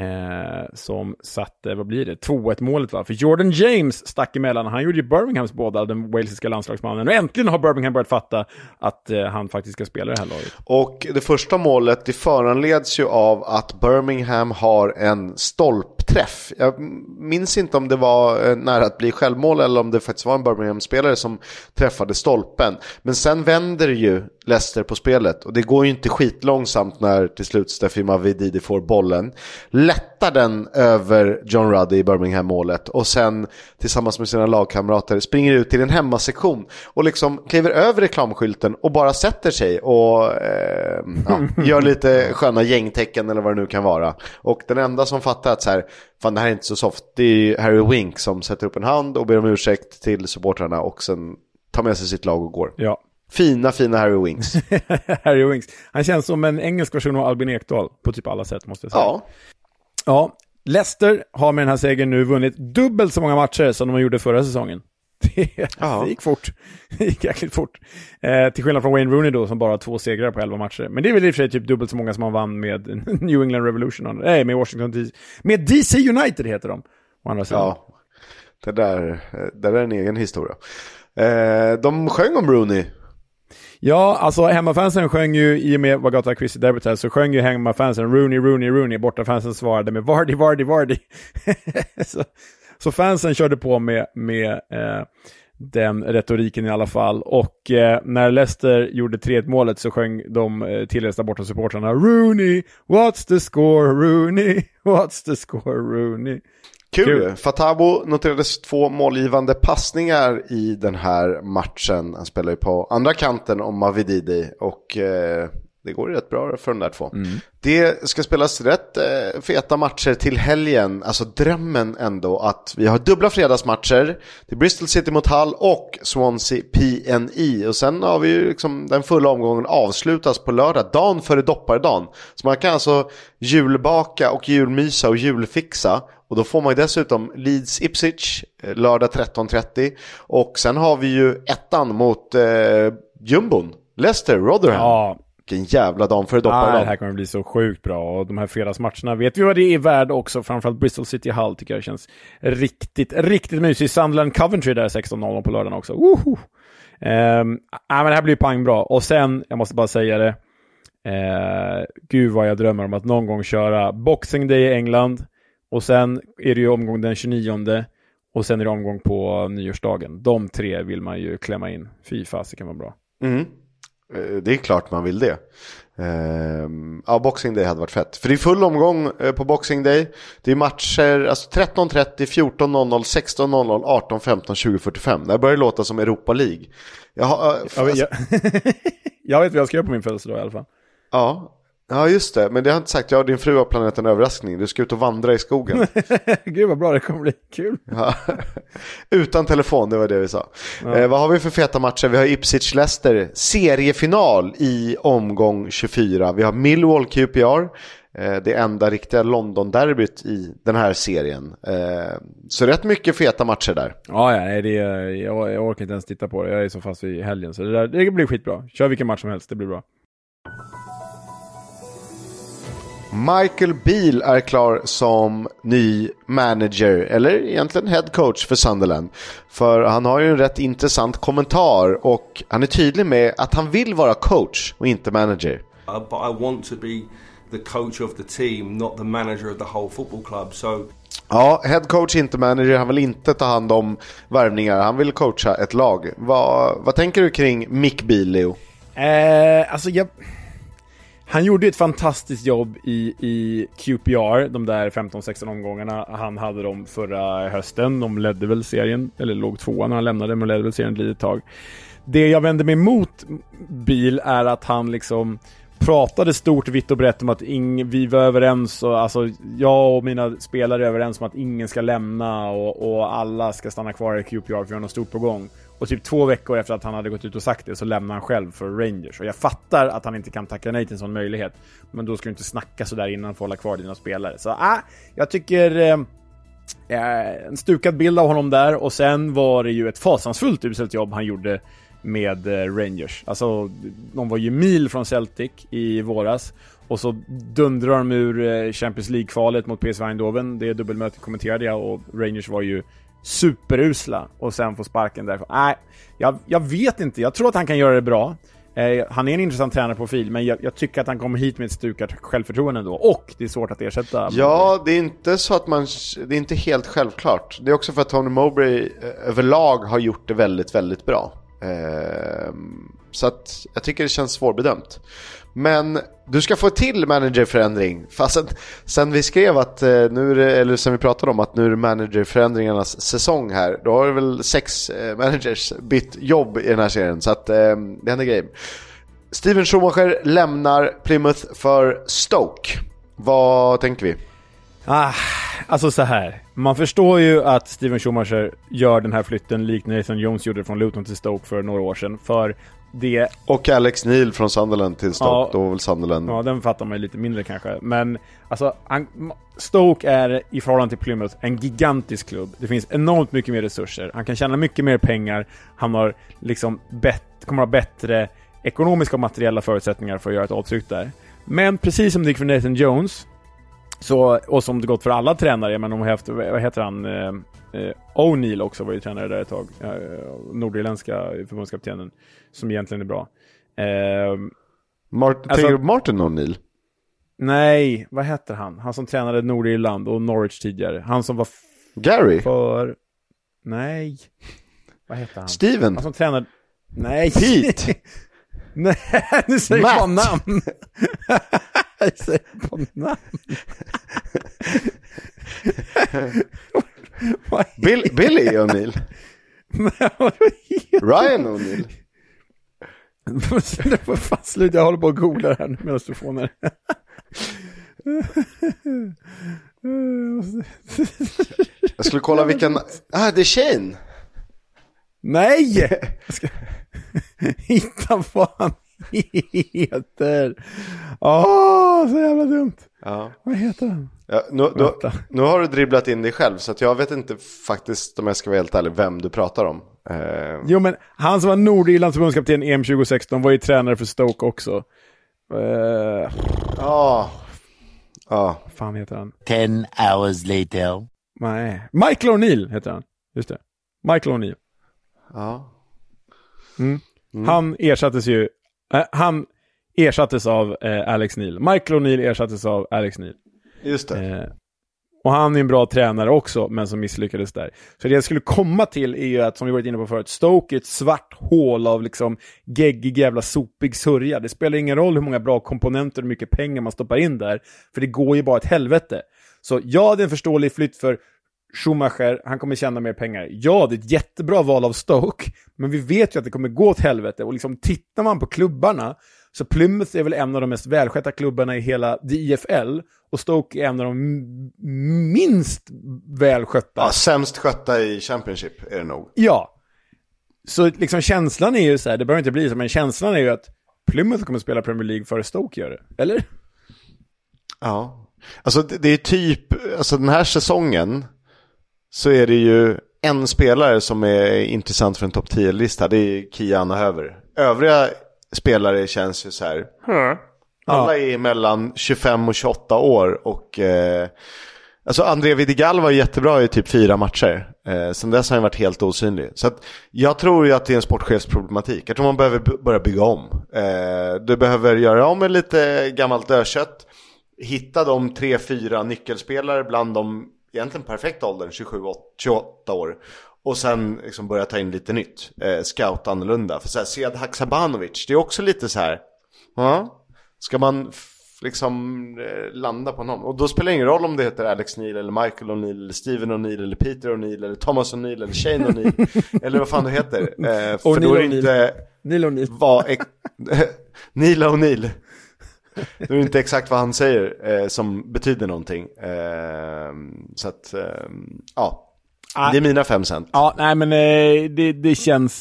som satte, vad blir det? 2-1 målet, va? För Jordan James stack emellan. Han gjorde ju Birminghams båda, den walesiska landslagsmannen. Och äntligen har Birmingham börjat fatta att han faktiskt ska spela det här laget. Och det första målet, det föranleds ju av att Birmingham har en stolpträff. Jag minns inte om det var nära att bli självmål eller om det faktiskt var en Birmingham-spelare som träffade stolpen. Men sen vänder ju Leicester på spelet, och det går ju inte skitlångsamt när till slut Steffi Mavididi får bollen. Lättar den över John Ruddy i Birmingham-målet, och sen tillsammans med sina lagkamrater springer ut till en hemmasektion och liksom kliver över reklamskylten och bara sätter sig och gör lite sköna gängtecken eller vad det nu kan vara. Och den enda som fattar att så här, fan, det här är inte så soft, det är Harry Winks som sätter upp en hand och ber om ursäkt till supportrarna och sen tar med sig sitt lag och går. Ja. Fina Harry Winks. Harry Winks. Han känns som en engelsk version av Albin Ekdal på typ alla sätt, måste jag säga. Ja, Leicester har med den här segern nu vunnit dubbelt så många matcher som de gjorde förra säsongen. Det gick fort. Det gick jäkligt fort. Till skillnad från Wayne Rooney då, som bara har 2 segrar på 11 matcher. Men det är väl i och för sig typ dubbelt så många som han vann med New England Revolution. Nej, med Washington DC. Med DC United heter de. Ja, det där är en egen historia. De sjöng om Rooney. Ja, alltså hemmafansen sjöng ju, i och med Wagata Christie derbyt här, så sjöng ju hemmafansen Rooney, Rooney, Rooney. Bortafansen svarade med Vardy, Vardy, Vardy. så fansen körde på med den retoriken i alla fall. Och när Leicester gjorde 3-1-målet så sjöng de tillresta borta supportrarna Rooney, what's the score, Rooney, what's the score, Rooney. Kul. Fatabo noterades 2 målgivande passningar i den här matchen. Han spelar ju på andra kanten om Mavididi, och det går rätt bra för de där 2. Det ska spelas rätt feta matcher till helgen. Alltså drömmen ändå att vi har dubbla fredagsmatcher. Det är Bristol City mot Hull och Swansea PNE. Och sen har vi ju liksom den fulla omgången avslutas på lördag, dagen före doppardagen. Så man kan alltså julbaka och julmysa och julfixa. Och då får man ju dessutom Leeds Ipswich lördag 13.30. Och sen har vi ju ettan mot Jumbon, Leicester, Rotherham. Ja. Vilken jävla dag för doppardagen. Det här kommer bli så sjukt bra. Och de här fredagsmatcherna, vet vi vad det är värd också. Framförallt Bristol City Hull tycker jag känns riktigt mysigt. Sunderland Coventry där 16.00 på lördagen också. Men det här blir ju pang bra. Och sen, jag måste bara säga det, gud vad jag drömmer om att någon gång köra Boxing Day i England. Och sen är det ju omgång den 29. Och sen är det omgång på nyårsdagen. De 3 vill man ju klämma in. Fy fast, det kan vara bra. Det är klart man vill det. Ja, Boxing Day hade varit fett. För det är full omgång på Boxing Day. Det är matcher alltså 13.30, 14.00, 16.00, 18.15, 20.45. Det börjar låta som Europa League. Jag vet vad jag ska göra på min födelsedag i alla fall. Ja, just det. Men det har jag inte sagt. Jag och din fru har planerat en överraskning. Du ska ut och vandra i skogen. Gud vad bra, det kommer bli kul. Ja. Utan telefon, det var det vi sa. Vad har vi för feta matcher? Vi har Ipswich-Leicester, seriefinal i omgång 24. Vi har Millwall QPR, det enda riktiga London-derbyt i den här serien. Så rätt mycket feta matcher där. Jag orkar inte ens titta på det. Jag är så fast vid helgen. Så det blir skitbra. Kör vilken match som helst, det blir bra. Michael Beale är klar som ny manager, eller egentligen head coach för Sunderland. För han har ju en rätt intressant kommentar och han är tydlig med att han vill vara coach och inte manager. But I want to be the coach of the team, not the manager of the whole football club. So... Ja, head coach, inte manager. Han vill inte ta hand om värvningar. Han vill coacha ett lag. Vad tänker du kring Mick Beale, Leo? Han gjorde ett fantastiskt jobb i QPR, de där 15-16 omgångarna. Han hade dem förra hösten. De ledde väl serien, eller låg 2 när han lämnade, men ledde väl serien ett litet tag. Det jag vände mig mot Beale är att han liksom pratade stort, vitt och brett om att vi var överens, och alltså jag och mina spelare är överens om att ingen ska lämna och alla ska stanna kvar i QPR för vi har något stort på gång. Och typ 2 veckor efter att han hade gått ut och sagt det så lämnar han själv för Rangers. Och jag fattar att han inte kan tacka nej till en sån möjlighet. Men då ska du inte snacka så där innan för att hålla kvar dina spelare. Så jag tycker en stukad bild av honom där. Och sen var det ju ett fasansfullt uselt jobb han gjorde med Rangers. Alltså de var ju mil från Celtic i våras. Och så dundrar de ur Champions League-kvalet mot PSV Eindhoven. Det dubbelmötet kommenterade jag, och Rangers var ju superusla och sen få sparken därifrån. Nej, jag vet inte. Jag tror att han kan göra det bra. Han är en intressant tränarprofil, men jag tycker att han kommer hit med ett stukat självförtroende ändå. Och det är svårt att ersätta. Ja, det är inte så att det är inte helt självklart. Det är också för att Tony Mowbray överlag har gjort det väldigt, väldigt bra. Så att jag tycker det känns svårbedömt. Men du ska få till managerförändring. Fast sen vi skrev att sen vi pratade om att nu är managerförändringarnas säsong här. Då har det väl 6 managers bytt jobb i den här serien. Så att det händer grejer. Steven Schumacher lämnar Plymouth för Stoke. Vad tänker vi? Alltså så här. Man förstår ju att Steven Schumacher gör den här flytten likt Nathan Jones gjorde från Luton till Stoke för några år sedan. För det... Och Alex Neil från Sunderland till Stoke. Ja, då var väl Sunderland. Ja, den fattar man ju lite mindre kanske. Men alltså, Stoke är i förhållande till Plymouth en gigantisk klubb. Det finns enormt mycket mer resurser. Han kan tjäna mycket mer pengar. Han har liksom kommer ha bättre ekonomiska och materiella förutsättningar för att göra ett avtryck där. Men precis som det gick för Nathan Jones, och som det gått för alla tränare, men de har haft, vad heter han, O'Neill också var ju tränare där ett tag, nordirländska förbundskaptenen, som egentligen är bra. Martin O'Neill? Nej, vad heter han? Han som tränade Nordirland och Norwich tidigare. Han som var Gary? Nej. Vad heter han? Steven? Han som tränade... Nej. Pete? Nej, nu säger jag på namn. Jag säger på namn. Billy O'Neill? Ryan O'Neill? Det var fan slut, jag håller på att googla här medan du får ner. Jag skulle kolla vilken... det är Shane. Nej! Jag ska hitta vad han heter. Så jävla dumt. Ja. Vad heter han? Ja, nu har du dribblat in dig själv, så att jag vet inte faktiskt, om jag ska vara helt ärlig, vem du pratar om. Jo, men han som var Nordirlands förbundskapten EM 2016 var ju tränare för Stoke också. Fan heter han? 10 hours later. Nej. Michael O'Neill heter han. Just det. Michael O'Neill. Ja. Han ersattes av Alex Neil. Michael O'Neill ersattes av Alex Neil. Just det. Och han är en bra tränare också, men som misslyckades där. Så det jag skulle komma till är ju att, som vi varit inne på förut, Stoke är ett svart hål av liksom geggig jävla sopig sörja. Det spelar ingen roll hur många bra komponenter och hur mycket pengar man stoppar in där, för det går ju bara ett helvete. Så ja, det är en förståelig flytt för Schumacher, han kommer tjäna mer pengar. Ja, det är ett jättebra val av Stoke, men vi vet ju att det kommer gå åt helvete. Och liksom tittar man på klubbarna, så Plymouth är väl en av de mest välskötta klubbarna i hela IFL, och Stoke är en av de minst välskötta. Ja, sämst skötta i Championship är det nog. Ja, så liksom känslan är ju så här, det behöver inte bli så, men känslan är ju att Plymouth kommer spela Premier League före Stoke gör det, eller? Ja, alltså det är typ, alltså den här säsongen så är det ju en spelare som är intressant för en topp 10-lista. Det är Kian och Höver. Övriga spelare känns ju så här. Alla är mellan 25 och 28 år. Och alltså André Vidigal var jättebra i typ 4 matcher. Sen dess har han varit helt osynlig. Så att jag tror ju att det är en sportchefsproblematik. Jag tror man behöver börja bygga om. Du behöver göra om med lite gammalt dödkött. Hitta de 3-4 nyckelspelare bland de egentligen perfekt åldern, 27-28 år. Och sen liksom börja ta in lite nytt. Scout annorlunda. För så här, Sead Haksabanovic, det är också lite så här. Ska man liksom landa på någon? Och då spelar det ingen roll om det heter Alex Neil eller Michael O'Neill eller Steven O'Neill eller Peter O'Neill eller Thomas O'Neill eller Shane O'Neill eller vad fan det heter. För då är det inte Neil O'Neill. Neil O'Neill. Det är inte exakt vad han säger som betyder någonting. Så att ja, det är mina 5 cent. Ja, nej men det känns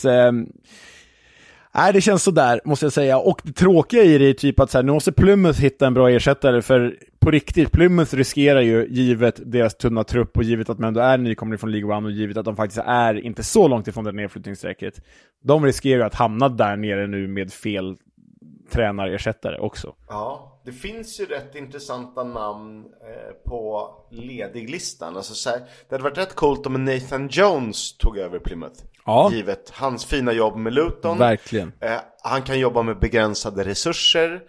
det känns så där, måste jag säga. Och det tråkiga i det är typ att så här, nu måste Plymouth hitta en bra ersättare, för på riktigt, Plymouth riskerar ju, givet deras tunna trupp och givet att man ändå är nykomling från League One och givet att de faktiskt är inte så långt ifrån det nedflyttningssträcket, de riskerar att hamna där nere nu med fel tränarersättare också. Ja, det finns ju rätt intressanta namn på lediglistan. Alltså så här, det hade varit rätt coolt om Nathan Jones tog över Plymouth. Ja. Givet hans fina jobb med Luton. Verkligen. Han kan jobba med begränsade resurser.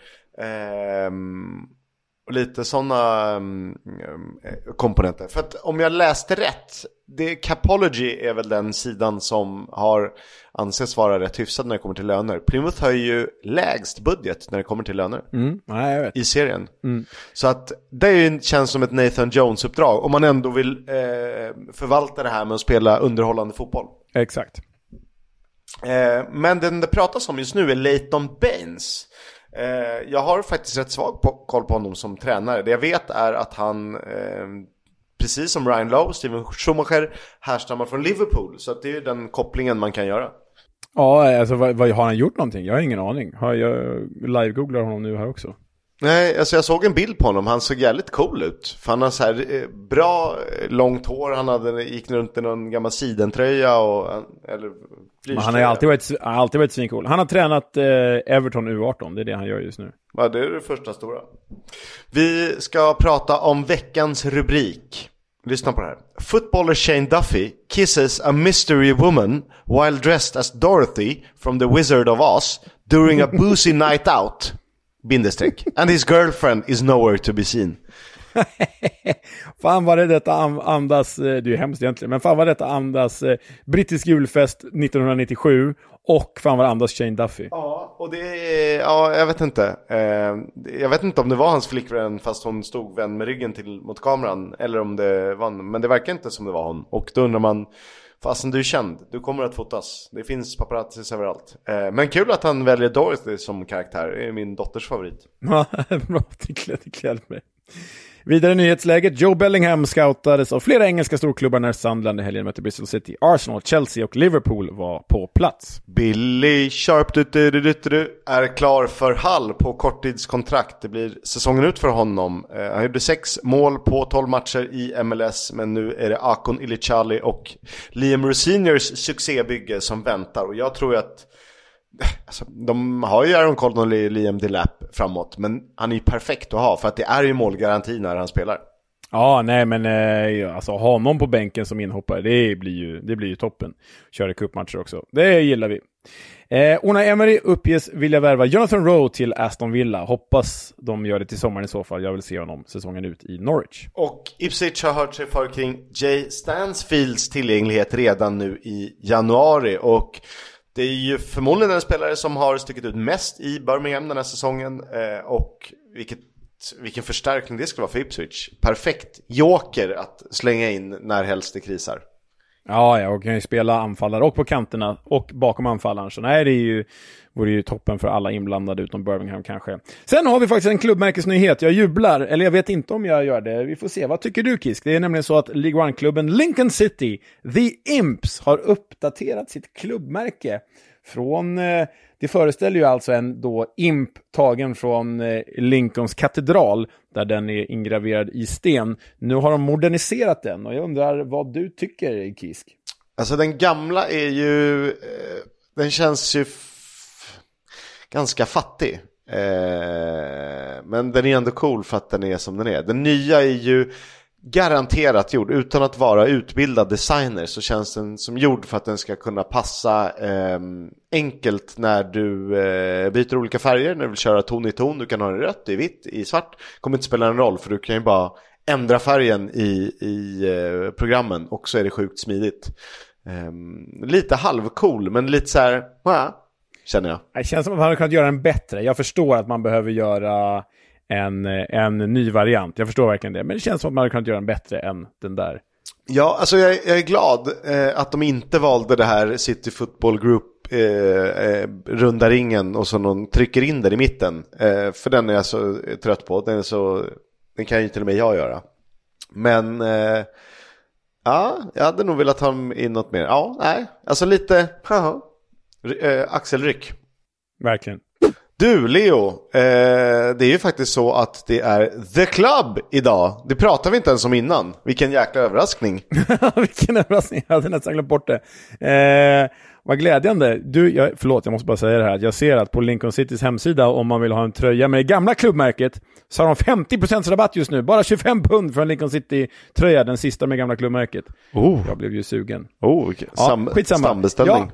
Och lite sådana komponenter. För att om jag läste rätt, Capology är väl den sidan som har anses vara rätt hyfsad när det kommer till löner. Plymouth har ju lägst budget när det kommer till löner jag vet. I serien. Så att det känns som ett Nathan Jones-uppdrag om man ändå vill förvalta det här med att spela underhållande fotboll. Exakt. Men den det pratas om just nu är Leighton Baines. Jag har faktiskt rätt svag koll på honom som tränare. Det jag vet är att han precis som Ryan Lowe, Steven Schumacher, härstammar från Liverpool. Så att det är den kopplingen man kan göra. Ja, alltså vad har han gjort någonting? Jag har ingen aning. Jag live-googlar honom nu här också. Nej, alltså jag såg en bild på honom. Han såg jävligt cool ut. För han har så här bra långt hår. Han gick runt i någon gammal sidentröja eller han har alltid varit svincool. Han har tränat Everton U18. Det är det han gör just nu. Ja, det är det första stora. Vi ska prata om veckans rubrik. Lyssna på det här. Footballer Shane Duffy kisses a mystery woman while dressed as Dorothy from The Wizard of Oz during a boozy night out. Bindestreck. And his girlfriend is nowhere to be seen. Fan vad detta andas, det är ju hemskt egentligen, men fan vad detta andas brittisk julfest 1997 och fan vad andas Shane Duffy. Ja, och jag vet inte. Jag vet inte om det var hans flickvän fast hon stod vänd med ryggen mot kameran eller om det var, men det verkar inte som det var hon. Och då undrar man, fastän du är känd, du kommer att fotas. Det finns paparazzis överallt. Men kul att han väljer Dorothy som karaktär. Det är min dotters favorit. Ja, bra. Det klädde mig. Vidare nyhetsläget. Joe Bellingham scoutades av flera engelska storklubbar när Sunderland i helgen mötte Bristol City. Arsenal, Chelsea och Liverpool var på plats. Billy Sharp är klar för Hull på korttidskontrakt. Det blir säsongen ut för honom. Han gjorde 6 mål på 12 matcher i MLS. Men nu är det Akon Ilichali och Liam Roseniors succébygge som väntar. Och jag tror att alltså, de har ju Aaron Connolly och Liam Delap framåt, men han är ju perfekt att ha för att det är ju målgaranti när han spelar. Ja, nej men alltså ha någon på bänken som inhoppare, det blir ju toppen. Köra cupmatcher också. Det gillar vi. Unai Emery uppges vilja värva Jonathan Rowe till Aston Villa. Hoppas de gör det till sommaren i så fall. Jag vill se honom säsongen ut i Norwich. Och Ipswich har hört sig för kring Jay Stansfields tillgänglighet redan nu i januari. Och det är ju förmodligen en spelare som har stuckit ut mest i Birmingham den här säsongen. Och vilken förstärkning det ska vara för Ipswich. Perfekt joker att slänga in när helst det krisar. Ja, och kan ju spela anfallare och på kanterna och bakom anfallaren. Så nej, vore ju toppen för alla inblandade utom Birmingham kanske. Sen har vi faktiskt en klubbmärkesnyhet. Jag jublar, eller jag vet inte om jag gör det. Vi får se. Vad tycker du, Kisk? Det är nämligen så att League One-klubben Lincoln City, The Imps, har uppdaterat sitt klubbmärke från... Det föreställer ju alltså en då imp tagen från Lincolns katedral där den är ingraverad i sten. Nu har de moderniserat den och jag undrar vad du tycker, Kisk. Alltså den gamla är ju... den känns ju ganska fattig. Men den är ändå cool för att den är som den är. Den nya är ju garanterat gjord utan att vara utbildad designer, så känns den som gjord för att den ska kunna passa enkelt när du byter olika färger, när du vill köra ton i ton. Du kan ha det rött, i vitt, i svart. Kommer inte spela en roll för du kan ju bara ändra färgen i programmen och så är det sjukt smidigt. Lite halvcool men lite så här, känner jag. Det känns som att man hade kunnat göra en bättre. Jag förstår att man behöver göra en ny variant. Jag förstår verkligen det. Men det känns som att man hade kunnat göra en bättre än den där. Ja, alltså jag är glad att de inte valde det här City Football Group runda ringen och så någon trycker in den i mitten. För den är jag så trött på. Den kan ju till och med jag göra. Men ja, jag hade nog velat ha in något mer. Ja, nej. Alltså lite axelryck. Verkligen. Du, Leo, det är ju faktiskt så att det är The Club idag. Det pratar vi inte ens om innan. Vilken jäkla överraskning. Vilken överraskning, jag hade nästan glömt bort det. Vad glädjande. Förlåt, jag måste bara säga det här. Jag ser att på Lincoln Citys hemsida, om man vill ha en tröja med det gamla klubbmärket, så har de 50% rabatt just nu. Bara 25 pund för en Lincoln City-tröja, den sista med gamla klubbmärket. Jag blev ju sugen. Skitsamma. Sambeställning.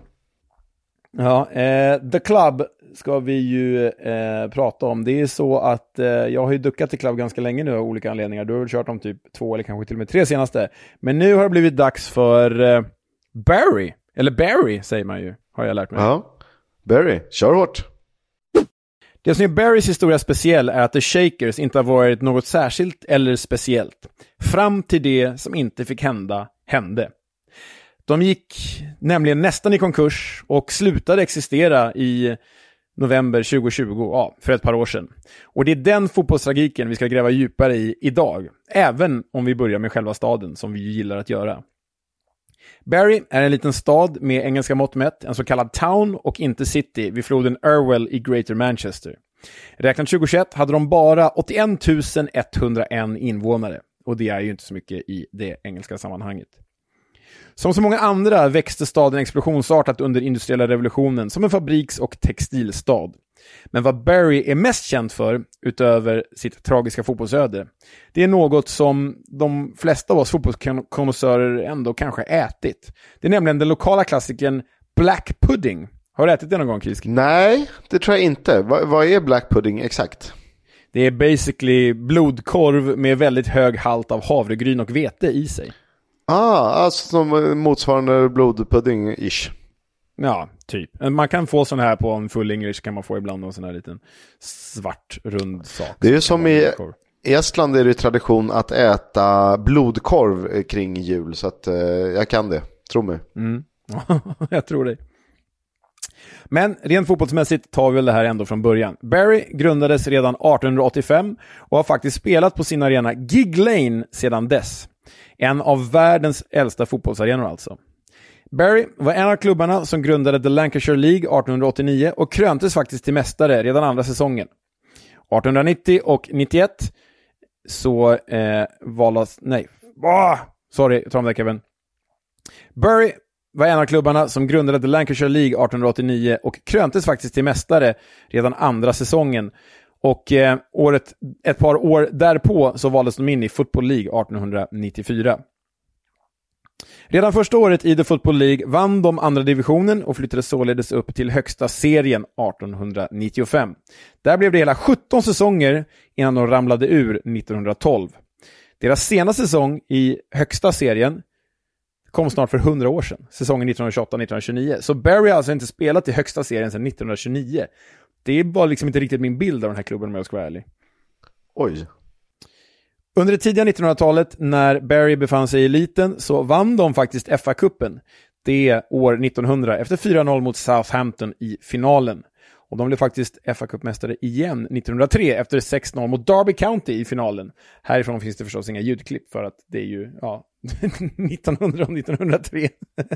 Ja, The Club ska vi ju prata om. Det är så att jag har ju duckat till Club ganska länge nu av olika anledningar. Du har väl kört om typ 2 eller kanske till och med 3 senaste. Men nu har det blivit dags för Barry. Eller Barry säger man ju, har jag lärt mig. Ja, Barry, kör hårt. Det som är Barrys historia speciell är att The Shakers inte har varit något särskilt eller speciellt. Fram till det som inte fick hände. De gick nämligen nästan i konkurs och slutade existera i november 2020, för ett par år sedan. Och det är den fotbollstragiken vi ska gräva djupare i idag, även om vi börjar med själva staden som vi gillar att göra. Barry är en liten stad med engelska mått mätt, en så kallad town och inte city vid floden Irwell i Greater Manchester. Räknat 2021 hade de bara 81 101 invånare, och det är ju inte så mycket i det engelska sammanhanget. Som så många andra växte staden explosionsartat under industriella revolutionen som en fabriks- och textilstad. Men vad Barry är mest känd för, utöver sitt tragiska fotbollsöde, det är något som de flesta av oss fotbollskonnässörer ändå kanske ätit. Det är nämligen den lokala klassikern Black Pudding. Har du ätit det någon gång, Kisk? Nej, det tror jag inte. Vad är Black Pudding exakt? Det är basically blodkorv med väldigt hög halt av havregryn och vete i sig. Alltså som motsvarande blodpudding-ish. Ja, typ. Man kan få sån här på en full English, kan man få ibland en sån här liten svart rund sak. Det är ju som i Estland är det tradition att äta blodkorv kring jul, så att jag kan det, tro mig. Jag tror det. Men rent fotbollsmässigt tar vi väl det här ändå från början. Barry grundades redan 1885 och har faktiskt spelat på sin arena Gig Lane sedan dess. En av världens äldsta fotbollsarenor alltså. Barry var en av klubbarna som grundade The Lancashire League 1889 och kröntes faktiskt till mästare redan andra säsongen. 1890 och 91 så valdes... Nej. Sorry, jag tar om det, Kevin. Barry var en av klubbarna som grundade The Lancashire League 1889 och kröntes faktiskt till mästare redan andra säsongen. Och ett par år därpå så valdes de in i Football League 1894. Redan första året i The Football League vann de andra divisionen och flyttade således upp till högsta serien 1895. Där blev det hela 17 säsonger innan de ramlade ur 1912. Deras senaste säsong i högsta serien kom snart för 100 år sedan, säsongen 1928-1929. Så Barry har alltså inte spelat i högsta serien sedan 1929. Det var liksom inte riktigt min bild av den här klubben om jag ska vara ärlig. Oj. Under det tidiga 1900-talet när Barry befann sig i eliten så vann de faktiskt FA-cupen det år 1900 efter 4-0 mot Southampton i finalen. Och de blev faktiskt FA-cupmästare igen 1903 efter 6-0 mot Derby County i finalen. Härifrån finns det förstås inga ljudklipp för att det är ju 1900 och 1903.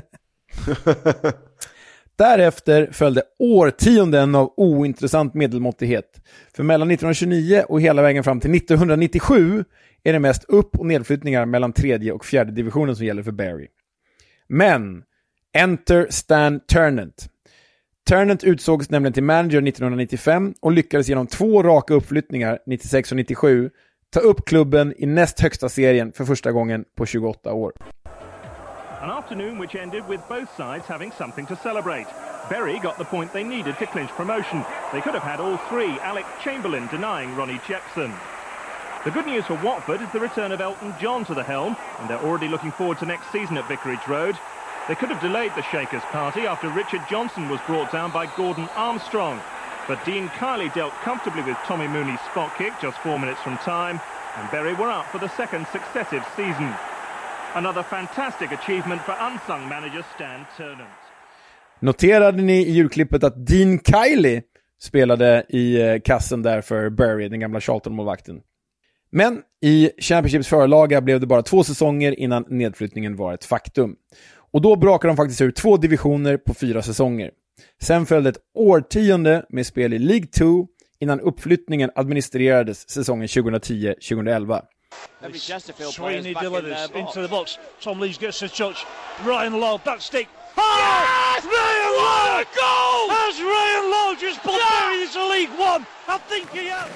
Därefter följde årtionden av ointressant medelmåttighet. För mellan 1929 och hela vägen fram till 1997 är det mest upp- och nedflyttningar mellan tredje och fjärde divisionen som gäller för Barry. Men, enter Stan Ternent. Ternent utsågs nämligen till manager 1995 och lyckades genom 2 raka uppflyttningar 96 och 97 ta upp klubben i näst högsta serien för första gången på 28 år. An afternoon which ended with both sides having something to celebrate. Bury got the point they needed to clinch promotion. They could have had all 3, Alec Chamberlain denying Ronnie Jepson. The good news for Watford is the return of Elton John to the helm, and they're already looking forward to next season at Vicarage Road. They could have delayed the Shakers party after Richard Johnson was brought down by Gordon Armstrong. But Dean Kiley dealt comfortably with Tommy Mooney's spot kick just 4 minutes from time, and Bury were up for the second successive season. Another fantastic achievement for unsung manager Stan Ternent. Noterade ni i julklippet att Dean Kiley spelade i kassen där för Bury, den gamla Charlton-målvakten? Men i Championships förlaga blev det bara 2 säsonger innan nedflyttningen var ett faktum. Och då brakade de faktiskt ur 2 divisioner på 4 säsonger. Sen följde ett årtionde med spel i League 2 innan uppflyttningen administrerades säsongen 2010-2011. Sweeney delivers into the box. Tom Lees gets a touch. Ryan Lowe, back stick. Oh! Yes! Ryan Lowe! Goal! Has Ryan Lowe just put Bury into League One? I think he has.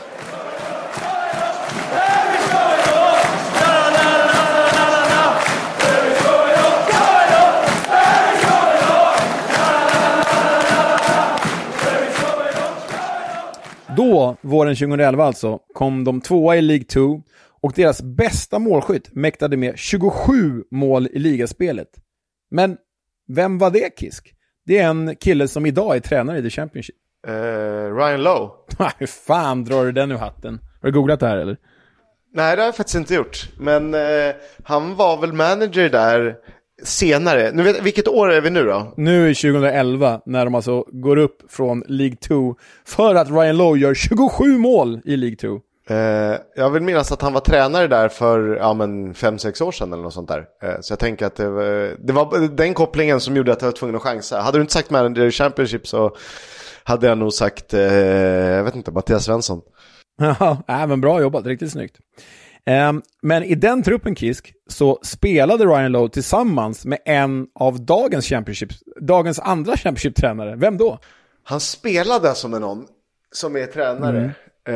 Då, våren 2011 alltså, kom de 2 i League 2 och deras bästa målskytt mäktade med 27 mål i ligaspelet. Men vem var det, Kisk? Det är en kille som idag är tränare i The Championship. Ryan Lowe. Hur fan drar du den ur hatten? Har du googlat det här eller? Nej, det har jag faktiskt inte gjort. Men han var väl manager där senare. Nu vilket år är vi nu då? Nu är 2011 när de alltså går upp från League 2 för att Ryan Lowe gör 27 mål i League 2. Jag vill minnas att han var tränare där för 5-6 år sedan eller något sånt där. Så jag tänker att det var den kopplingen som gjorde att jag var tvungen att chansa. Hade du inte sagt manager i Championship så hade jag nog sagt, jag vet inte, Mattias Svensson. Ja, men bra jobbat, riktigt snyggt. Men i den truppen, Kisk, så spelade Ryan Lowe tillsammans med en av dagens andra Championship-tränare. Vem då? Han spelade alltså med någon som är tränare.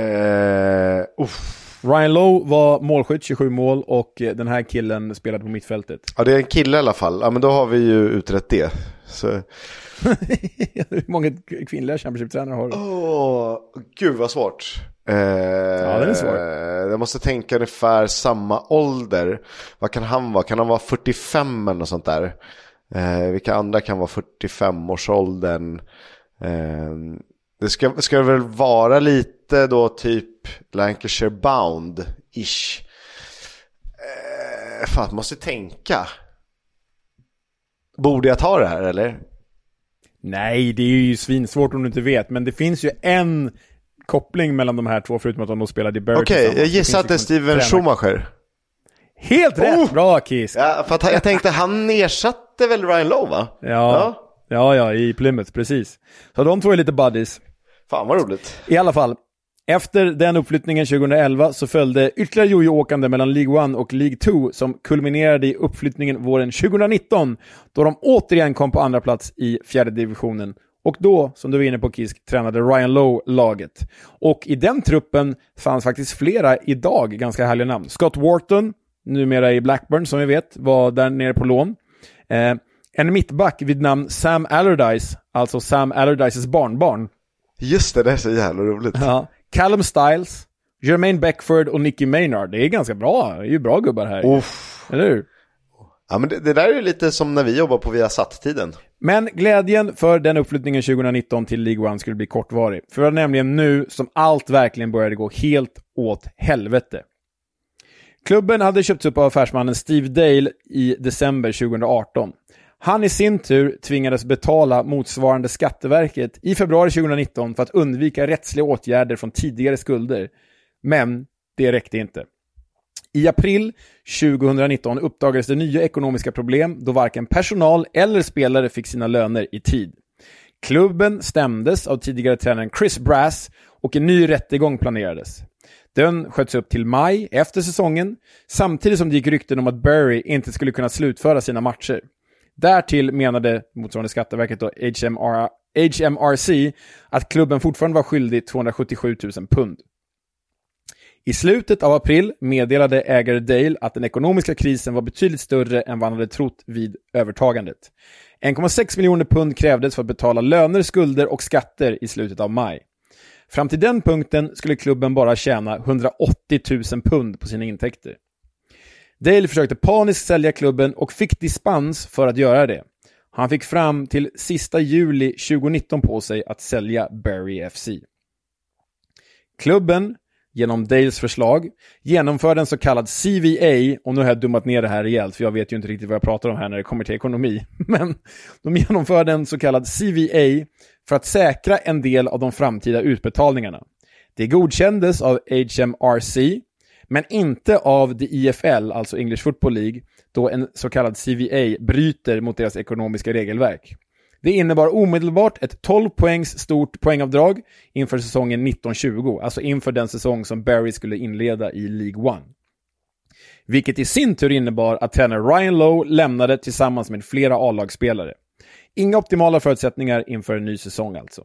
Ryan Lowe var målskytt, 27 mål, och den här killen spelade på mittfältet. Ja, det är en kille i alla fall. Ja, men då har vi ju utrett det. Så... Hur många kvinnliga Championship-tränare har du? Gud vad svårt. Ja, det är svårt. Jag måste tänka ungefär samma ålder. Vad kan han vara? Kan han vara 45 eller något sånt där? Vilka andra kan vara 45-årsåldern? Det ska väl vara lite då typ Lancashire Bound-ish. Fan, måste tänka. Borde jag ta det här eller? Nej, det är ju svinsvårt om du inte vet. Men det finns ju en koppling mellan de här två förutom att de spelade i Bury. Okej, jag gissar att det är Steven Schumacher. Helt rätt, bra Kiss. Ja, för att jag tänkte han ersatte väl Ryan Lowe, va? Ja, i Plymouth, precis. Så de två är lite buddies. Fan vad roligt. I alla fall, efter den uppflyttningen 2011 så följde ytterligare jojo-åkande mellan League 1 och League 2 som kulminerade i uppflyttningen våren 2019 då de återigen kom på andra plats i fjärde divisionen Och då, som du var inne på Kisk, tränade Ryan Lowe laget. Och i den truppen fanns faktiskt flera idag ganska härliga namn. Scott Wharton, numera i Blackburn som vi vet, var där nere på lån. En mittback vid namn Sam Allardyce, alltså Sam Allardyces barnbarn. Just det är så jävla roligt. Ja. Callum Styles, Jermaine Beckford och Nicky Maynard. Det är ganska bra, det är ju bra gubbar här. Eller hur? Ja, men det där är lite som när vi jobbar på Viasat-tiden. Men glädjen för den uppflyttningen 2019 till League One skulle bli kortvarig. För det var nämligen nu som allt verkligen började gå helt åt helvete. Klubben hade köpts upp av affärsmannen Steve Dale i december 2018. Han i sin tur tvingades betala motsvarande Skatteverket i februari 2019 för att undvika rättsliga åtgärder från tidigare skulder. Men det räckte inte. I april 2019 uppdagades det nya ekonomiska problem då varken personal eller spelare fick sina löner i tid. Klubben stämdes av tidigare tränaren Chris Brass och en ny rättegång planerades. Den sköts upp till maj efter säsongen, samtidigt som det gick rykten om att Barry inte skulle kunna slutföra sina matcher. Därtill menade motsvarande Skatteverket och HMRC att klubben fortfarande var skyldig 277 000 pund. I slutet av april meddelade ägare Dale att den ekonomiska krisen var betydligt större än vad han hade trott vid övertagandet. 1,6 miljoner pund krävdes för att betala löner, skulder och skatter i slutet av maj. Fram till den punkten skulle klubben bara tjäna 180 000 pund på sina intäkter. Dale försökte paniskt sälja klubben och fick dispens för att göra det. Han fick fram till sista juli 2019 på sig att sälja Bury FC. Klubben, genom Dales förslag, genomförde en så kallad CVA, och nu har jag dummat ner det här rejält för jag vet ju inte riktigt vad jag pratar om här när det kommer till ekonomi, men de genomförde en så kallad CVA för att säkra en del av de framtida utbetalningarna. Det godkändes av HMRC, men inte av the EFL, alltså English Football League, då en så kallad CVA bryter mot deras ekonomiska regelverk. Det innebar omedelbart ett 12 poängs stort poängavdrag inför säsongen 1920, alltså inför den säsong som Barry skulle inleda i League One. Vilket i sin tur innebar att tränare Ryan Lowe lämnade tillsammans med flera A-lagsspelare. Inga optimala förutsättningar inför en ny säsong alltså.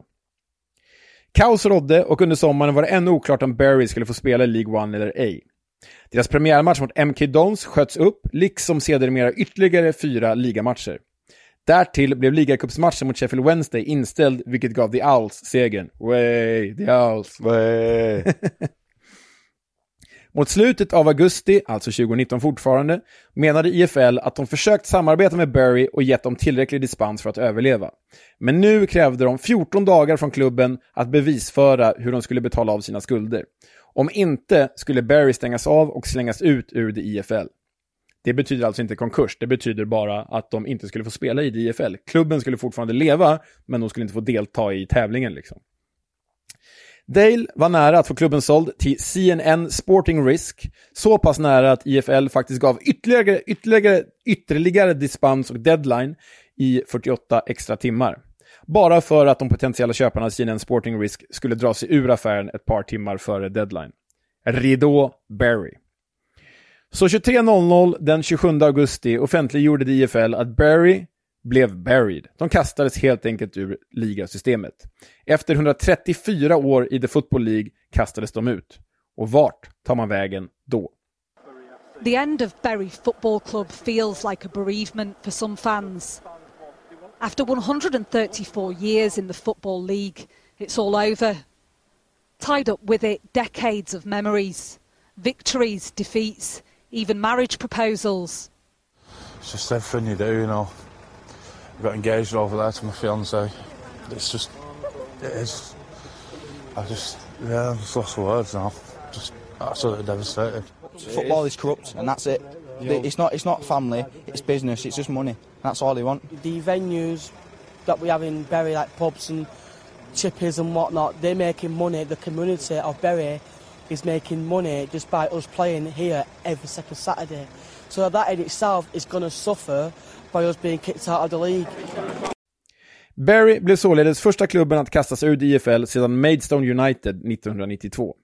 Kaos rådde och under sommaren var det ännu oklart om Barry skulle få spela i League One eller ej. Deras premiärmatch mot MK Dons sköts upp, liksom sedermera ytterligare 4 ligamatcher. Därtill blev ligacupsmatchen mot Sheffield Wednesday inställd, vilket gav The Owls segern. Way, The Owls. Way. Mot slutet av augusti, alltså 2019 fortfarande, menade IFL att de försökt samarbeta med Barry och gett dem tillräcklig dispens för att överleva. Men nu krävde de 14 dagar från klubben att bevisföra hur de skulle betala av sina skulder. Om inte skulle Barry stängas av och slängas ut ur det IFL. Det betyder alltså inte konkurs, det betyder bara att de inte skulle få spela i det IFL. Klubben skulle fortfarande leva, men de skulle inte få delta i tävlingen liksom. Dale var nära att få klubben såld till CNN Sporting Risk, så pass nära att IFL faktiskt gav ytterligare dispens och deadline i 48 extra timmar. Bara för att de potentiella köparna CNN Sporting Risk skulle dra sig ur affären ett par timmar före deadline. Ridå Barry. Så 23.00 den 27 augusti offentliggjorde IFL att Barry blev buried. De kastades helt enkelt ur ligasystemet. Efter 134 år i The Football League kastades de ut. Och vart tar man vägen då? The end of Bury Football Club feels like a bereavement for some fans. After 134 years in the Football League, it's all over. Tied up with it, decades of memories, victories, defeats, even marriage proposals. It's just everything you do, you know. I got engaged over there to my fiancée. It's just, it is. I'm just lost for words now. Just absolutely devastated. Football is corrupt, and that's it. It's not family, it's business, it's just money. That's all they want. The venues that we have in Bury, like pubs and chippies and whatnot, they're making money. The community of Bury is making money just by us playing here every second Saturday. So that in itself is going to suffer by us being kicked out of the league. Bury blev således första klubben att kastas ur IFL sedan Maidstone United 1992.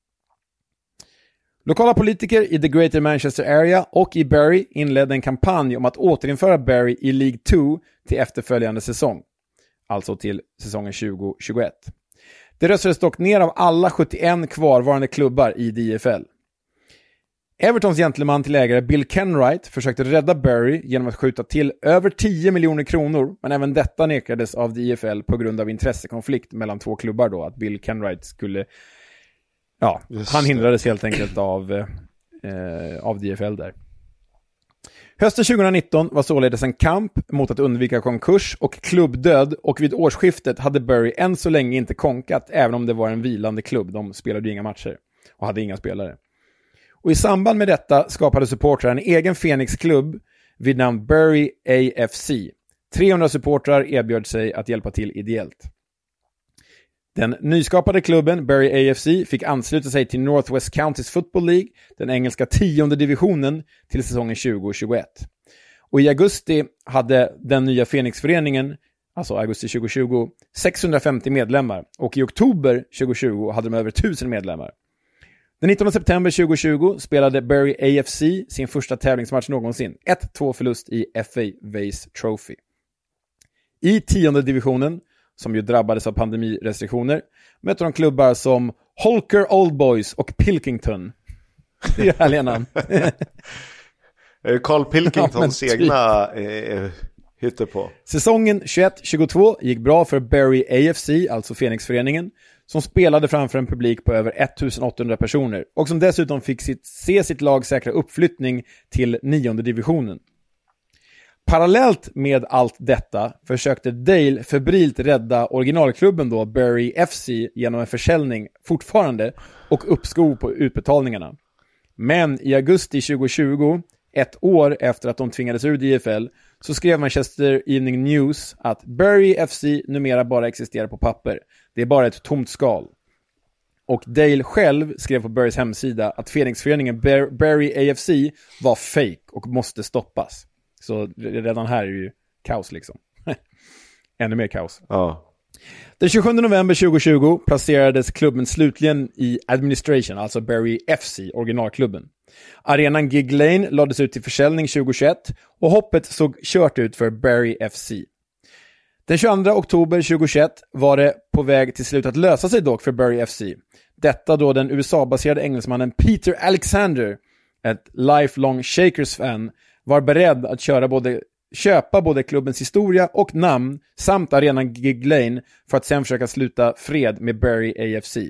Lokala politiker i the Greater Manchester Area och i Bury inledde en kampanj om att återinföra Bury i League 2 till efterföljande säsong. alltså till säsongen 2021. Det röstades dock ner av alla 71 kvarvarande klubbar i DFL. Evertons gentleman till ägare Bill Kenwright försökte rädda Bury genom att skjuta till över 10 miljoner kronor, men även detta nekades av DFL på grund av intressekonflikt mellan två klubbar då, att Bill Kenwright skulle... Ja, han hindrades helt enkelt av DFL där. Hösten 2019 var således en kamp mot att undvika konkurs och klubbdöd, och vid årsskiftet hade Bury än så länge inte konkat, även om det var en vilande klubb. De spelade ju inga matcher och hade inga spelare. Och i samband med detta skapade supportrar en egen Phoenix-klubb vid namn Bury AFC. 300 supportrar erbjöd sig att hjälpa till ideellt. Den nyskapade klubben, Bury AFC, fick ansluta sig till Northwest Counties Football League, den engelska 10:e divisionen, till säsongen 2021. Och i augusti hade den nya Phoenix-föreningen, alltså augusti 2020, 650 medlemmar. Och i oktober 2020 hade de över 1000 medlemmar. Den 19 september 2020 spelade Bury AFC sin första tävlingsmatch någonsin. 1-2 förlust i FA Vase Trophy. I 10:e divisionen, som ju drabbades av pandemirestriktioner, mötte de klubbar som Holker Old Boys och Pilkington. Det är härliga namn. Carl Pilkingtons egna hytter på. Säsongen 21-22 gick bra för Bury AFC, alltså Phoenixföreningen, som spelade framför en publik på över 1800 personer och som dessutom fick se sitt lag säkra uppflyttning till 9:e divisionen. Parallellt med allt detta försökte Dale febrilt rädda originalklubben då, Bury FC, genom en försäljning fortfarande och uppskov på utbetalningarna. Men i augusti 2020, ett år efter att de tvingades ur DFL, så skrev Manchester Evening News att Bury FC numera bara existerar på papper. Det är bara ett tomt skal. Och Dale själv skrev på Burys hemsida att Phoenixföreningen Bury AFC var fake och måste stoppas. Så redan här är ju kaos liksom. Ännu mer kaos. Ja. Den 27 november 2020 placerades klubben slutligen i administration, alltså Bury FC, originalklubben. Arenan Gig Lane lades ut till försäljning 2021 och hoppet såg kört ut för Bury FC. Den 22 oktober 2021 var det på väg till slut att lösa sig dock för Bury FC. Detta då den USA-baserade engelsmannen Peter Alexander, ett lifelong Shakers-fan, var beredd att köpa både klubbens historia och namn samt arenan Gig Lane för att sen försöka sluta fred med Bury AFC.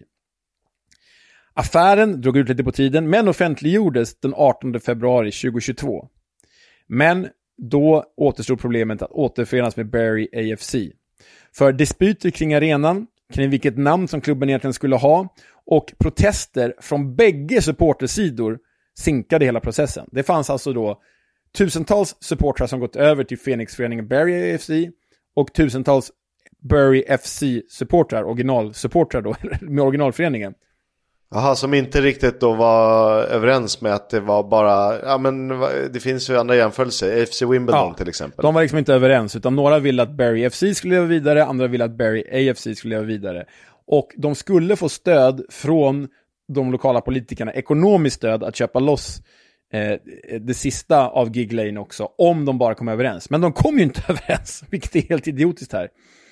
Affären drog ut lite på tiden, men offentliggjordes den 18 februari 2022. Men då återstod problemet att återförenas med Bury AFC. För dispyter kring arenan, kring vilket namn som klubben egentligen skulle ha, och protester från bägge supportersidor sinkade hela processen. Det fanns alltså då tusentals supportrar som gått över till Phoenixföreningen Bury AFC och tusentals Bury FC-supportrar, originalsupportrar då, med originalföreningen. Jaha, som inte riktigt då var överens med att det var bara, ja men det finns ju andra jämförelser, FC Wimbledon till exempel. De var liksom inte överens, utan några ville att Bury FC skulle leva vidare, andra ville att Bury AFC skulle leva vidare. Och de skulle få stöd från de lokala politikerna, ekonomiskt stöd att köpa loss det sista av Gig Lane också, om de bara kom överens. Men de kom ju inte överens, vilket är helt idiotiskt här.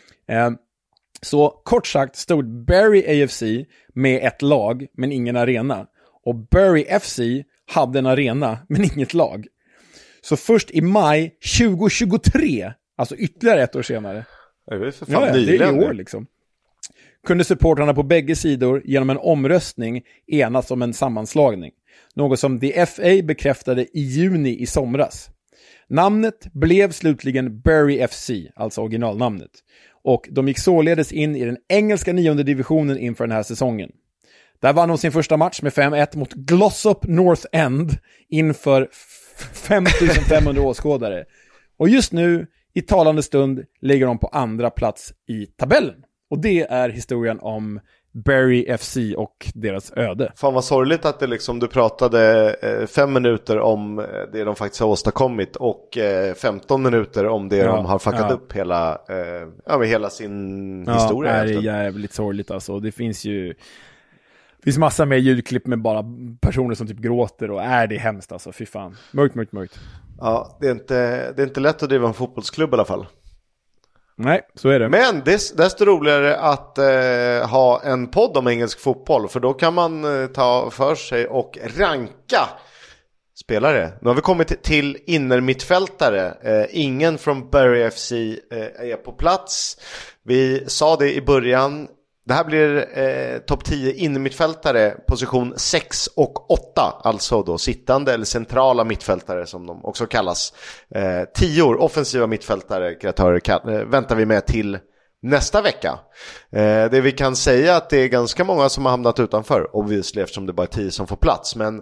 Så kort sagt stod Bury AFC med ett lag men ingen arena. Och Bury FC hade en arena men inget lag. Så först i maj 2023, alltså ytterligare ett år senare, det är i år liksom, kunde supportrarna på bägge sidor genom en omröstning enas om en sammanslagning. Något som The FA bekräftade i juni i somras. Namnet blev slutligen Bury FC, alltså originalnamnet. Och de gick således in i den engelska 9:e divisionen inför den här säsongen. Där vann de sin första match med 5-1 mot Glossop North End inför 5500 åskådare. Och just nu, i talande stund, ligger de på andra plats i tabellen. Och det är historien om Bury FC och deras öde. Fan vad sorgligt att det liksom, du pratade 5 minuter om det de faktiskt har åstadkommit och 15 minuter om det de har fuckat upp hela sin historia. Ja, det är jävligt sorgligt alltså. Det finns massa med ljudklipp med bara personer som typ gråter och det är hemskt alltså. Fy fan. Mörkt. Ja, det är inte lätt att driva en fotbollsklubb i alla fall. Nej, så är det. Men det är desto roligare att ha en podd om engelsk fotboll, för då kan man ta för sig och ranka spelare. Nu har vi kommit till innermittfältare. Ingen från Bury FC är på plats. Vi sa det i början. Det här blir topp 10 innermittfältare, position 6 och 8. Alltså då sittande eller centrala mittfältare som de också kallas. 10 offensiva mittfältare, kreatörer, väntar vi med till nästa vecka. Det vi kan säga att det är ganska många som har hamnat utanför, obviously, eftersom det bara är 10 som får plats. Men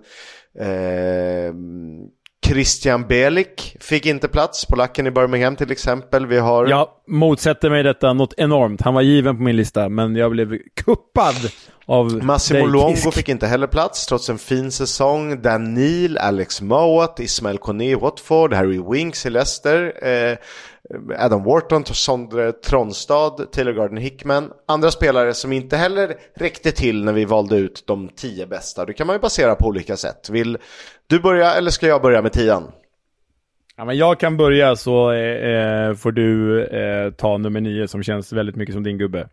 Christian Bielik fick inte plats, polacken i Birmingham till exempel. Vi har... Jag motsätter mig detta något enormt. Han var given på min lista, men jag blev kuppad av Massimo Luongo fick inte heller plats trots en fin säsong. Dan Neil, Alex Mowat, Ismail Koné i Watford, Harry Winks i Leicester, Adam Wharton, Sondre Tronstad, Taylor Gardner Hickman. Andra spelare som inte heller räckte till när vi valde ut de 10 bästa. Det kan man ju basera på olika sätt. Vill du börja eller ska jag börja med 10? Ja, men jag kan börja, så får du ta nummer 9 som känns väldigt mycket som din gubbe.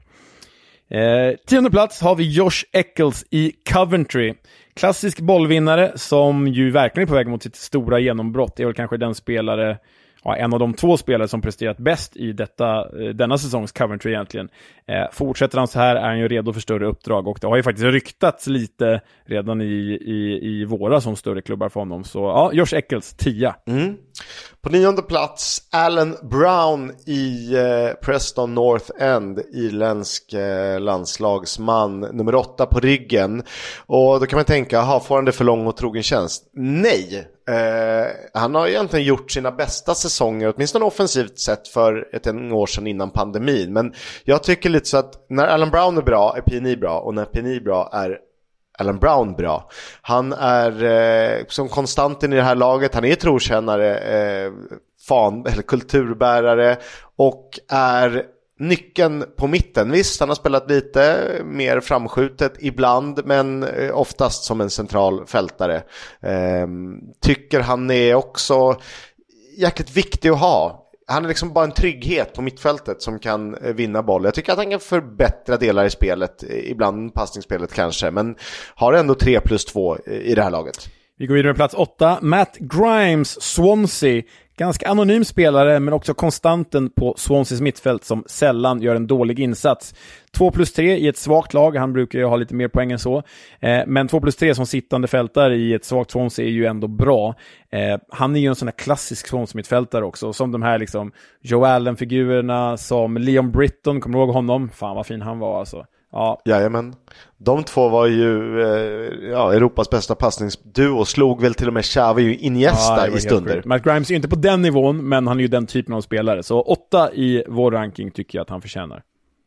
10:e plats har vi Josh Eccles i Coventry. Klassisk bollvinnare som ju verkligen är på väg mot sitt stora genombrott. Det är väl kanske den spelare, en av de 2 spelare som presterat bäst i denna säsongs Coventry egentligen. Fortsätter han så här är han ju redo för större uppdrag, och det har ju faktiskt ryktats lite redan i våra som större klubbar för honom. Så ja, Josh Eccles 10. På 9:e plats Alan Brown i Preston North End, irländsk landslagsman, nummer 8 på ryggen. Och då kan man tänka, får han det för lång och trogen tjänst? Nej, han har egentligen gjort sina bästa säsonger, åtminstone offensivt sett, för ett år sedan innan pandemin. Men jag tycker lite så att när Alan Brown är bra är PNI bra, och när PNI är bra är Alan Brown bra. Han är som konstanten i det här laget. Han är trotjänare, eller kulturbärare, och är nyckeln på mitten. Visst, han har spelat lite mer framskjutet ibland, men oftast som en central fältare. Tycker han är också jäkligt viktig att ha. Han är liksom bara en trygghet på mittfältet som kan vinna boll. Jag tycker att han kan förbättra delar i spelet, ibland passningsspelet kanske, men har ändå 3+2 i det här laget. Vi går vidare med plats 8. Matt Grimes, Swansea. Ganska anonym spelare, men också konstanten på Swanseas mittfält som sällan gör en dålig insats. 2+3 i ett svagt lag. Han brukar ju ha lite mer poäng än så. Men 2+3 som sittande fältare i ett svagt Swansea är ju ändå bra. Han är ju en sån här klassisk Swansea-mittfältare också. Som de här liksom Joe Allen-figurerna, som Leon Britton, kommer du ihåg honom? Fan vad fin han var alltså. Ja. Jajamän. De 2 var ju Europas bästa passningsduo, slog väl till och med Xavi Iniesta i stunder. Matt Grimes är ju inte på den nivån, men han är ju den typen av spelare. Så 8 i vår ranking tycker jag att han förtjänar.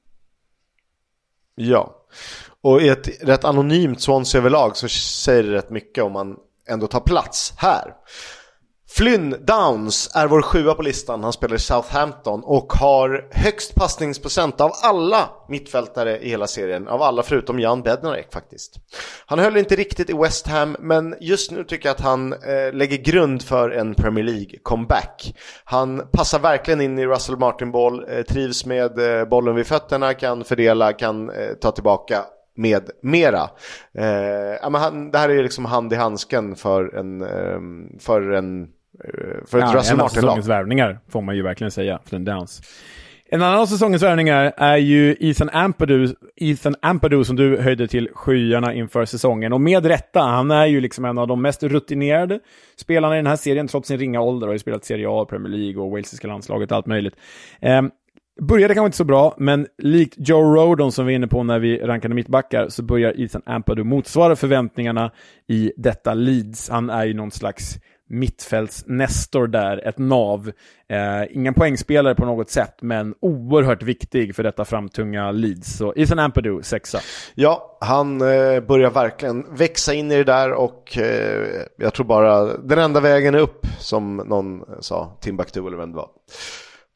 Ja. Och i ett rätt anonymt Swansea överlag så säger det rätt mycket om man ändå tar plats här. Flynn Downs är vår 7:a på listan. Han spelar i Southampton och har högst passningsprocent av alla mittfältare i hela serien. Av alla förutom Jan Bednarek faktiskt. Han höll inte riktigt i West Ham, men just nu tycker jag att han lägger grund för en Premier League comeback. Han passar verkligen in i Russell Martin-boll, trivs med bollen vid fötterna, kan fördela, kan ta tillbaka med mera. Det här är liksom hand i handsken för ett Russell Martin-lag. Säsongens värvningar får man ju verkligen säga, Flynn Downs. En annan av säsongens värvningar är ju Ethan Ampadu som du höjde till skyarna inför säsongen. Och med rätta, han är ju liksom en av de mest rutinerade spelarna i den här serien, trots sin ringa ålder. Har ju spelat Serie A, Premier League och walesiska landslaget, allt möjligt. Började kanske inte så bra, men likt Joe Rodon som vi är inne på när vi rankade mittbackar, så börjar Ethan Ampadu motsvara förväntningarna i detta Leeds. Han är ju någon slags mittfältsnestor där, ett nav. Ingen poängspelare på något sätt, men oerhört viktig för detta framtunga Leeds. Så Ethan Ampadu, 6. Ja, han börjar verkligen växa in i det där, och jag tror bara den enda vägen är upp, som någon sa, Timbuktu eller vem det var.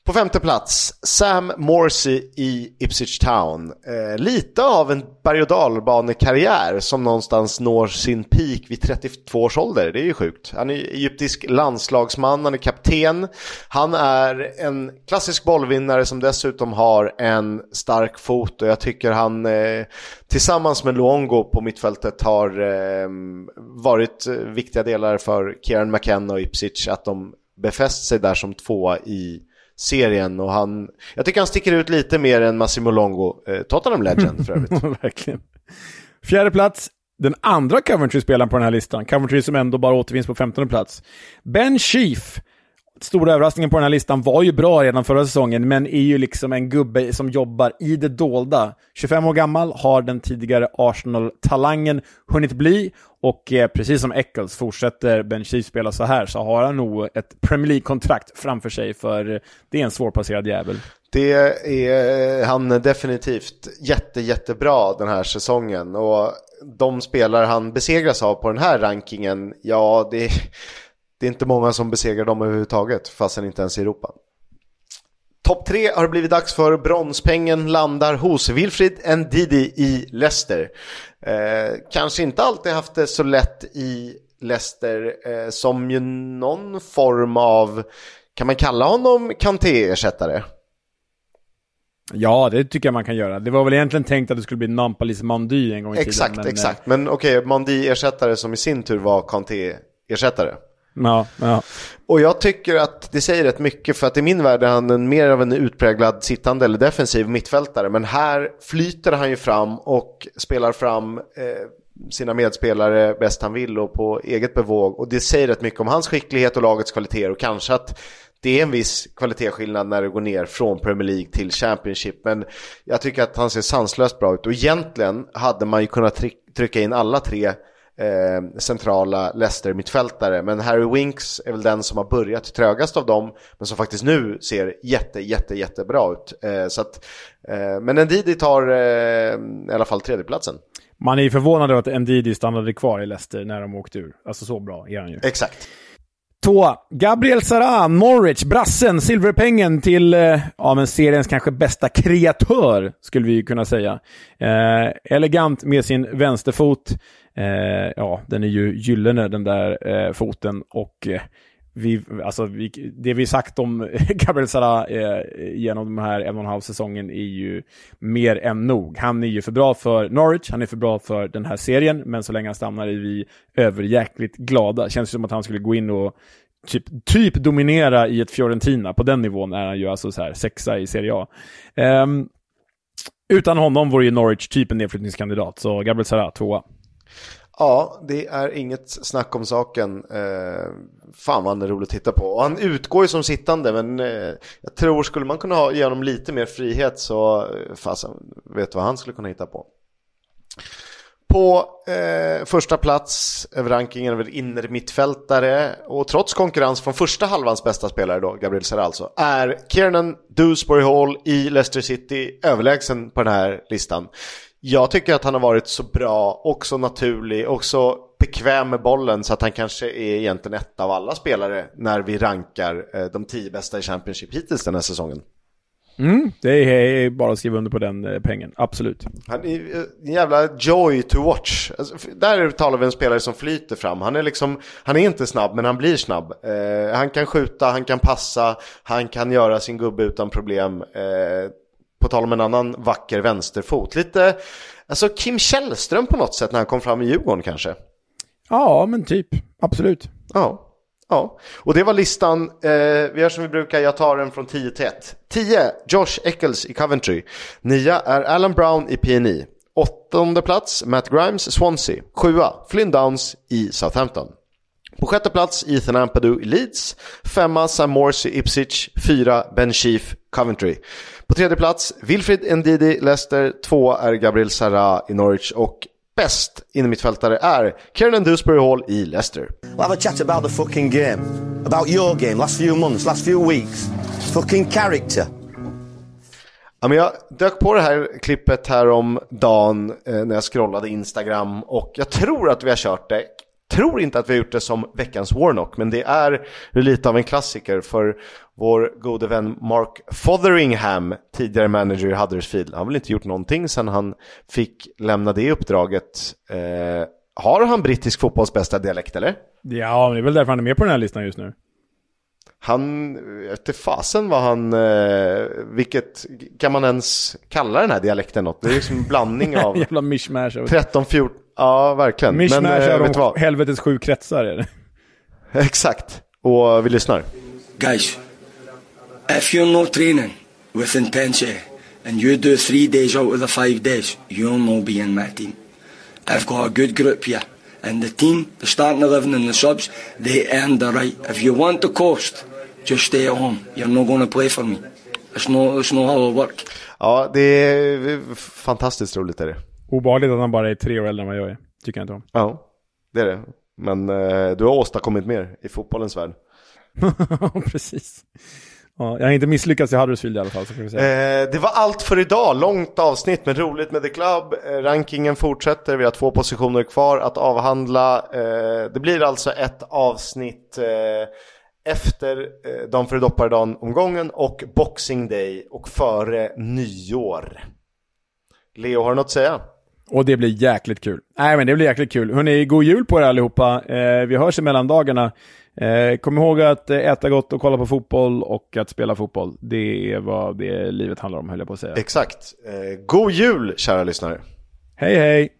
På 5:e plats, Sam Morsy i Ipswich Town. Lite av en berg- och dalbanekarriär som någonstans når sin peak vid 32 års ålder. Det är ju sjukt. Han är egyptisk landslagsman, han är kapten. Han är en klassisk bollvinnare som dessutom har en stark fot. Och jag tycker han tillsammans med Luongo på mittfältet har varit viktiga delar för Kieran McKenna och Ipswich. Att de befäst sig där som tvåa i serien, och jag tycker han sticker ut lite mer än Massimo Longo, Tottenham Legend för övrigt. Verkligen. 4:e plats, den andra Coventry-spelaren på den här listan. Coventry som ändå bara återfinns på 15:e plats. Ben Sheaf. Stora överraskningen på den här listan var ju bra redan förra säsongen, men är ju liksom en gubbe som jobbar i det dolda. 25 år gammal, har den tidigare Arsenal-talangen hunnit bli, och precis som Eccles fortsätter Ben Sheaf spela så här, så har han nog ett Premier League-kontrakt framför sig, för det är en svårpasserad jävel. Det är han definitivt jättebra den här säsongen, och de spelare han besegras av på den här rankingen, ja, det är inte många som besegrar dem överhuvudtaget, fastän inte ens i Europa. Topp 3 har det blivit dags för. Bronspengen landar hos Wilfried Ndidi i Leicester. Kanske inte alltid haft det så lätt i Leicester, som ju någon form av, kan man kalla honom Kanté-ersättare? Ja, det tycker jag man kan göra. Det var väl egentligen tänkt att det skulle bli Nampalis Mandy en gång i tiden. Exakt. Men okej, Mandy-ersättare som i sin tur var Kanté-ersättare. Ja. Och jag tycker att det säger rätt mycket, för att i min värld är han mer av en utpräglad sittande eller defensiv mittfältare, men här flyter han ju fram och spelar fram sina medspelare bäst han vill och på eget bevåg, och det säger rätt mycket om hans skicklighet och lagets kvalitet, och kanske att det är en viss kvalitetsskillnad när det går ner från Premier League till Championship, men jag tycker att han ser sanslöst bra ut, och egentligen hade man ju kunnat trycka in alla tre centrala Leicester-mittfältare, men Harry Winks är väl den som har börjat trögast av dem, men som faktiskt nu ser jättebra ut. Så att, men Ndidi tar i alla fall 3:e platsen. Man är ju förvånad över att Ndidi stannade kvar i Leicester när de åkte ur. Alltså så bra är han ju. Exakt. 2. Gabriel Sara, Norwich, brassen, silverpengen till men seriens kanske bästa kreatör, skulle vi kunna säga. Elegant med sin vänsterfot. Den är ju gyllene, den där foten, och det vi sagt om Gabriel Sara genom de här 1,5 säsongen är ju mer än nog. Han är ju för bra för Norwich, han är för bra för den här serien, men så länge han stannar är vi överjäkligt glada. Känns som att han skulle gå in och typ dominera i ett Fiorentina. På den nivån är han ju alltså så här 6:a i Serie A. Utan honom vore ju Norwich typ en nedflyttningskandidat, så Gabriel Sara 2:a. Ja, det är inget snack om saken. Fan vad han är roligt att titta på. Och han utgår ju som sittande, men jag tror skulle man kunna ge honom lite mer frihet, så vet vad han skulle kunna hitta på. På första plats över rankingen över inre mittfältare, och trots konkurrens från första halvans bästa spelare då, Gabriel Sara alltså, är Kiernan Dewsbury Hall i Leicester City överlägsen på den här listan. Jag tycker att han har varit så bra och så naturlig och så bekväm med bollen, så att han kanske är egentligen ett av alla spelare när vi rankar de 10 bästa i Championship hittills den här säsongen. Det är bara att skriva under på den pengen, absolut. Han är en jävla joy to watch. Alltså, där talar vi en spelare som flyter fram. Han är inte snabb, men han blir snabb. Han kan skjuta, han kan passa, han kan göra sin gubbe utan problem. På tal om en annan vacker vänsterfot. Lite, alltså Kim Källström på något sätt när han kom fram i Djurgården kanske. Ja, men typ, absolut. Ja. Och det var listan. Vi gör som vi brukar, jag tar den från 10 till 1. 10, Josh Eccles i Coventry. 9 är Alan Brown i PNI. 8:e plats, Matt Grimes, Swansea. 7, Flynn Downs i Southampton. På 6:e plats, Ethan Ampadu i Leeds. 5, Sam Morsy i Ipswich. 4, Ben Sheaf, Coventry. På 3:e plats, Wilfried Ndidi, Leicester. 2 är Gabriel Sara i Norwich. Och bäst innermittfältare är Kiernan Dewsbury Hall i Leicester. We'll have a chat about the fucking game. About your game, last few months, last few weeks. Fucking character. Ja, men jag dök på det här klippet här om dagen när jag scrollade Instagram, och jag tror att vi har kört det tror inte att vi har gjort det som veckans Warnock, men det är lite av en klassiker för vår gode vän Mark Fotheringham, tidigare manager i Huddersfield. Han har väl inte gjort någonting sedan han fick lämna det uppdraget. Har han brittisk fotbolls bästa dialekt, eller? Ja, men det är väl därför han är med på den här listan just nu. Han, efter fasen var han, vilket kan man ens kalla den här dialekten något? Det är liksom en blandning av jävla mishmash 13-14, ja verkligen. Mishmash är de helvetes 7 kretsar är det. Exakt, och vi lyssnar. Guys, if you're not training with intention and you do 3 days out of the 5 days, you'll not be in my team. I've got a good group here. And the team, the starting 11 and the subs, they earned the right. If you want to coast, just stay at home. You're not going to play for me. It's not how it works. Ja, det är fantastiskt roligt är det. Obehagligt att han bara är 3 år äldre än vad jag är. Tycker jag inte om. Ja, det är det. Men du har åstadkommit mer i fotbollens värld. Precis. Ja, jag har inte misslyckats i Huddersfield i alla fall, så kan vi säga. Det var allt för idag. Långt avsnitt men roligt med The Club. Rankingen fortsätter. Vi har 2 positioner kvar att avhandla. Det blir alltså ett avsnitt efter de för dopparedagen omgången och Boxing Day och före nyår. Leo, har du något att säga? Och det blir jäkligt kul. Nej, men det blir jäkligt kul. Hörrni, god jul på er allihopa. Vi hörs i mellandagarna. Kom ihåg att äta gott och kolla på fotboll och att spela fotboll. Det är vad det livet handlar om, höll jag på att säga. Exakt. God jul, kära lyssnare. Hej, hej.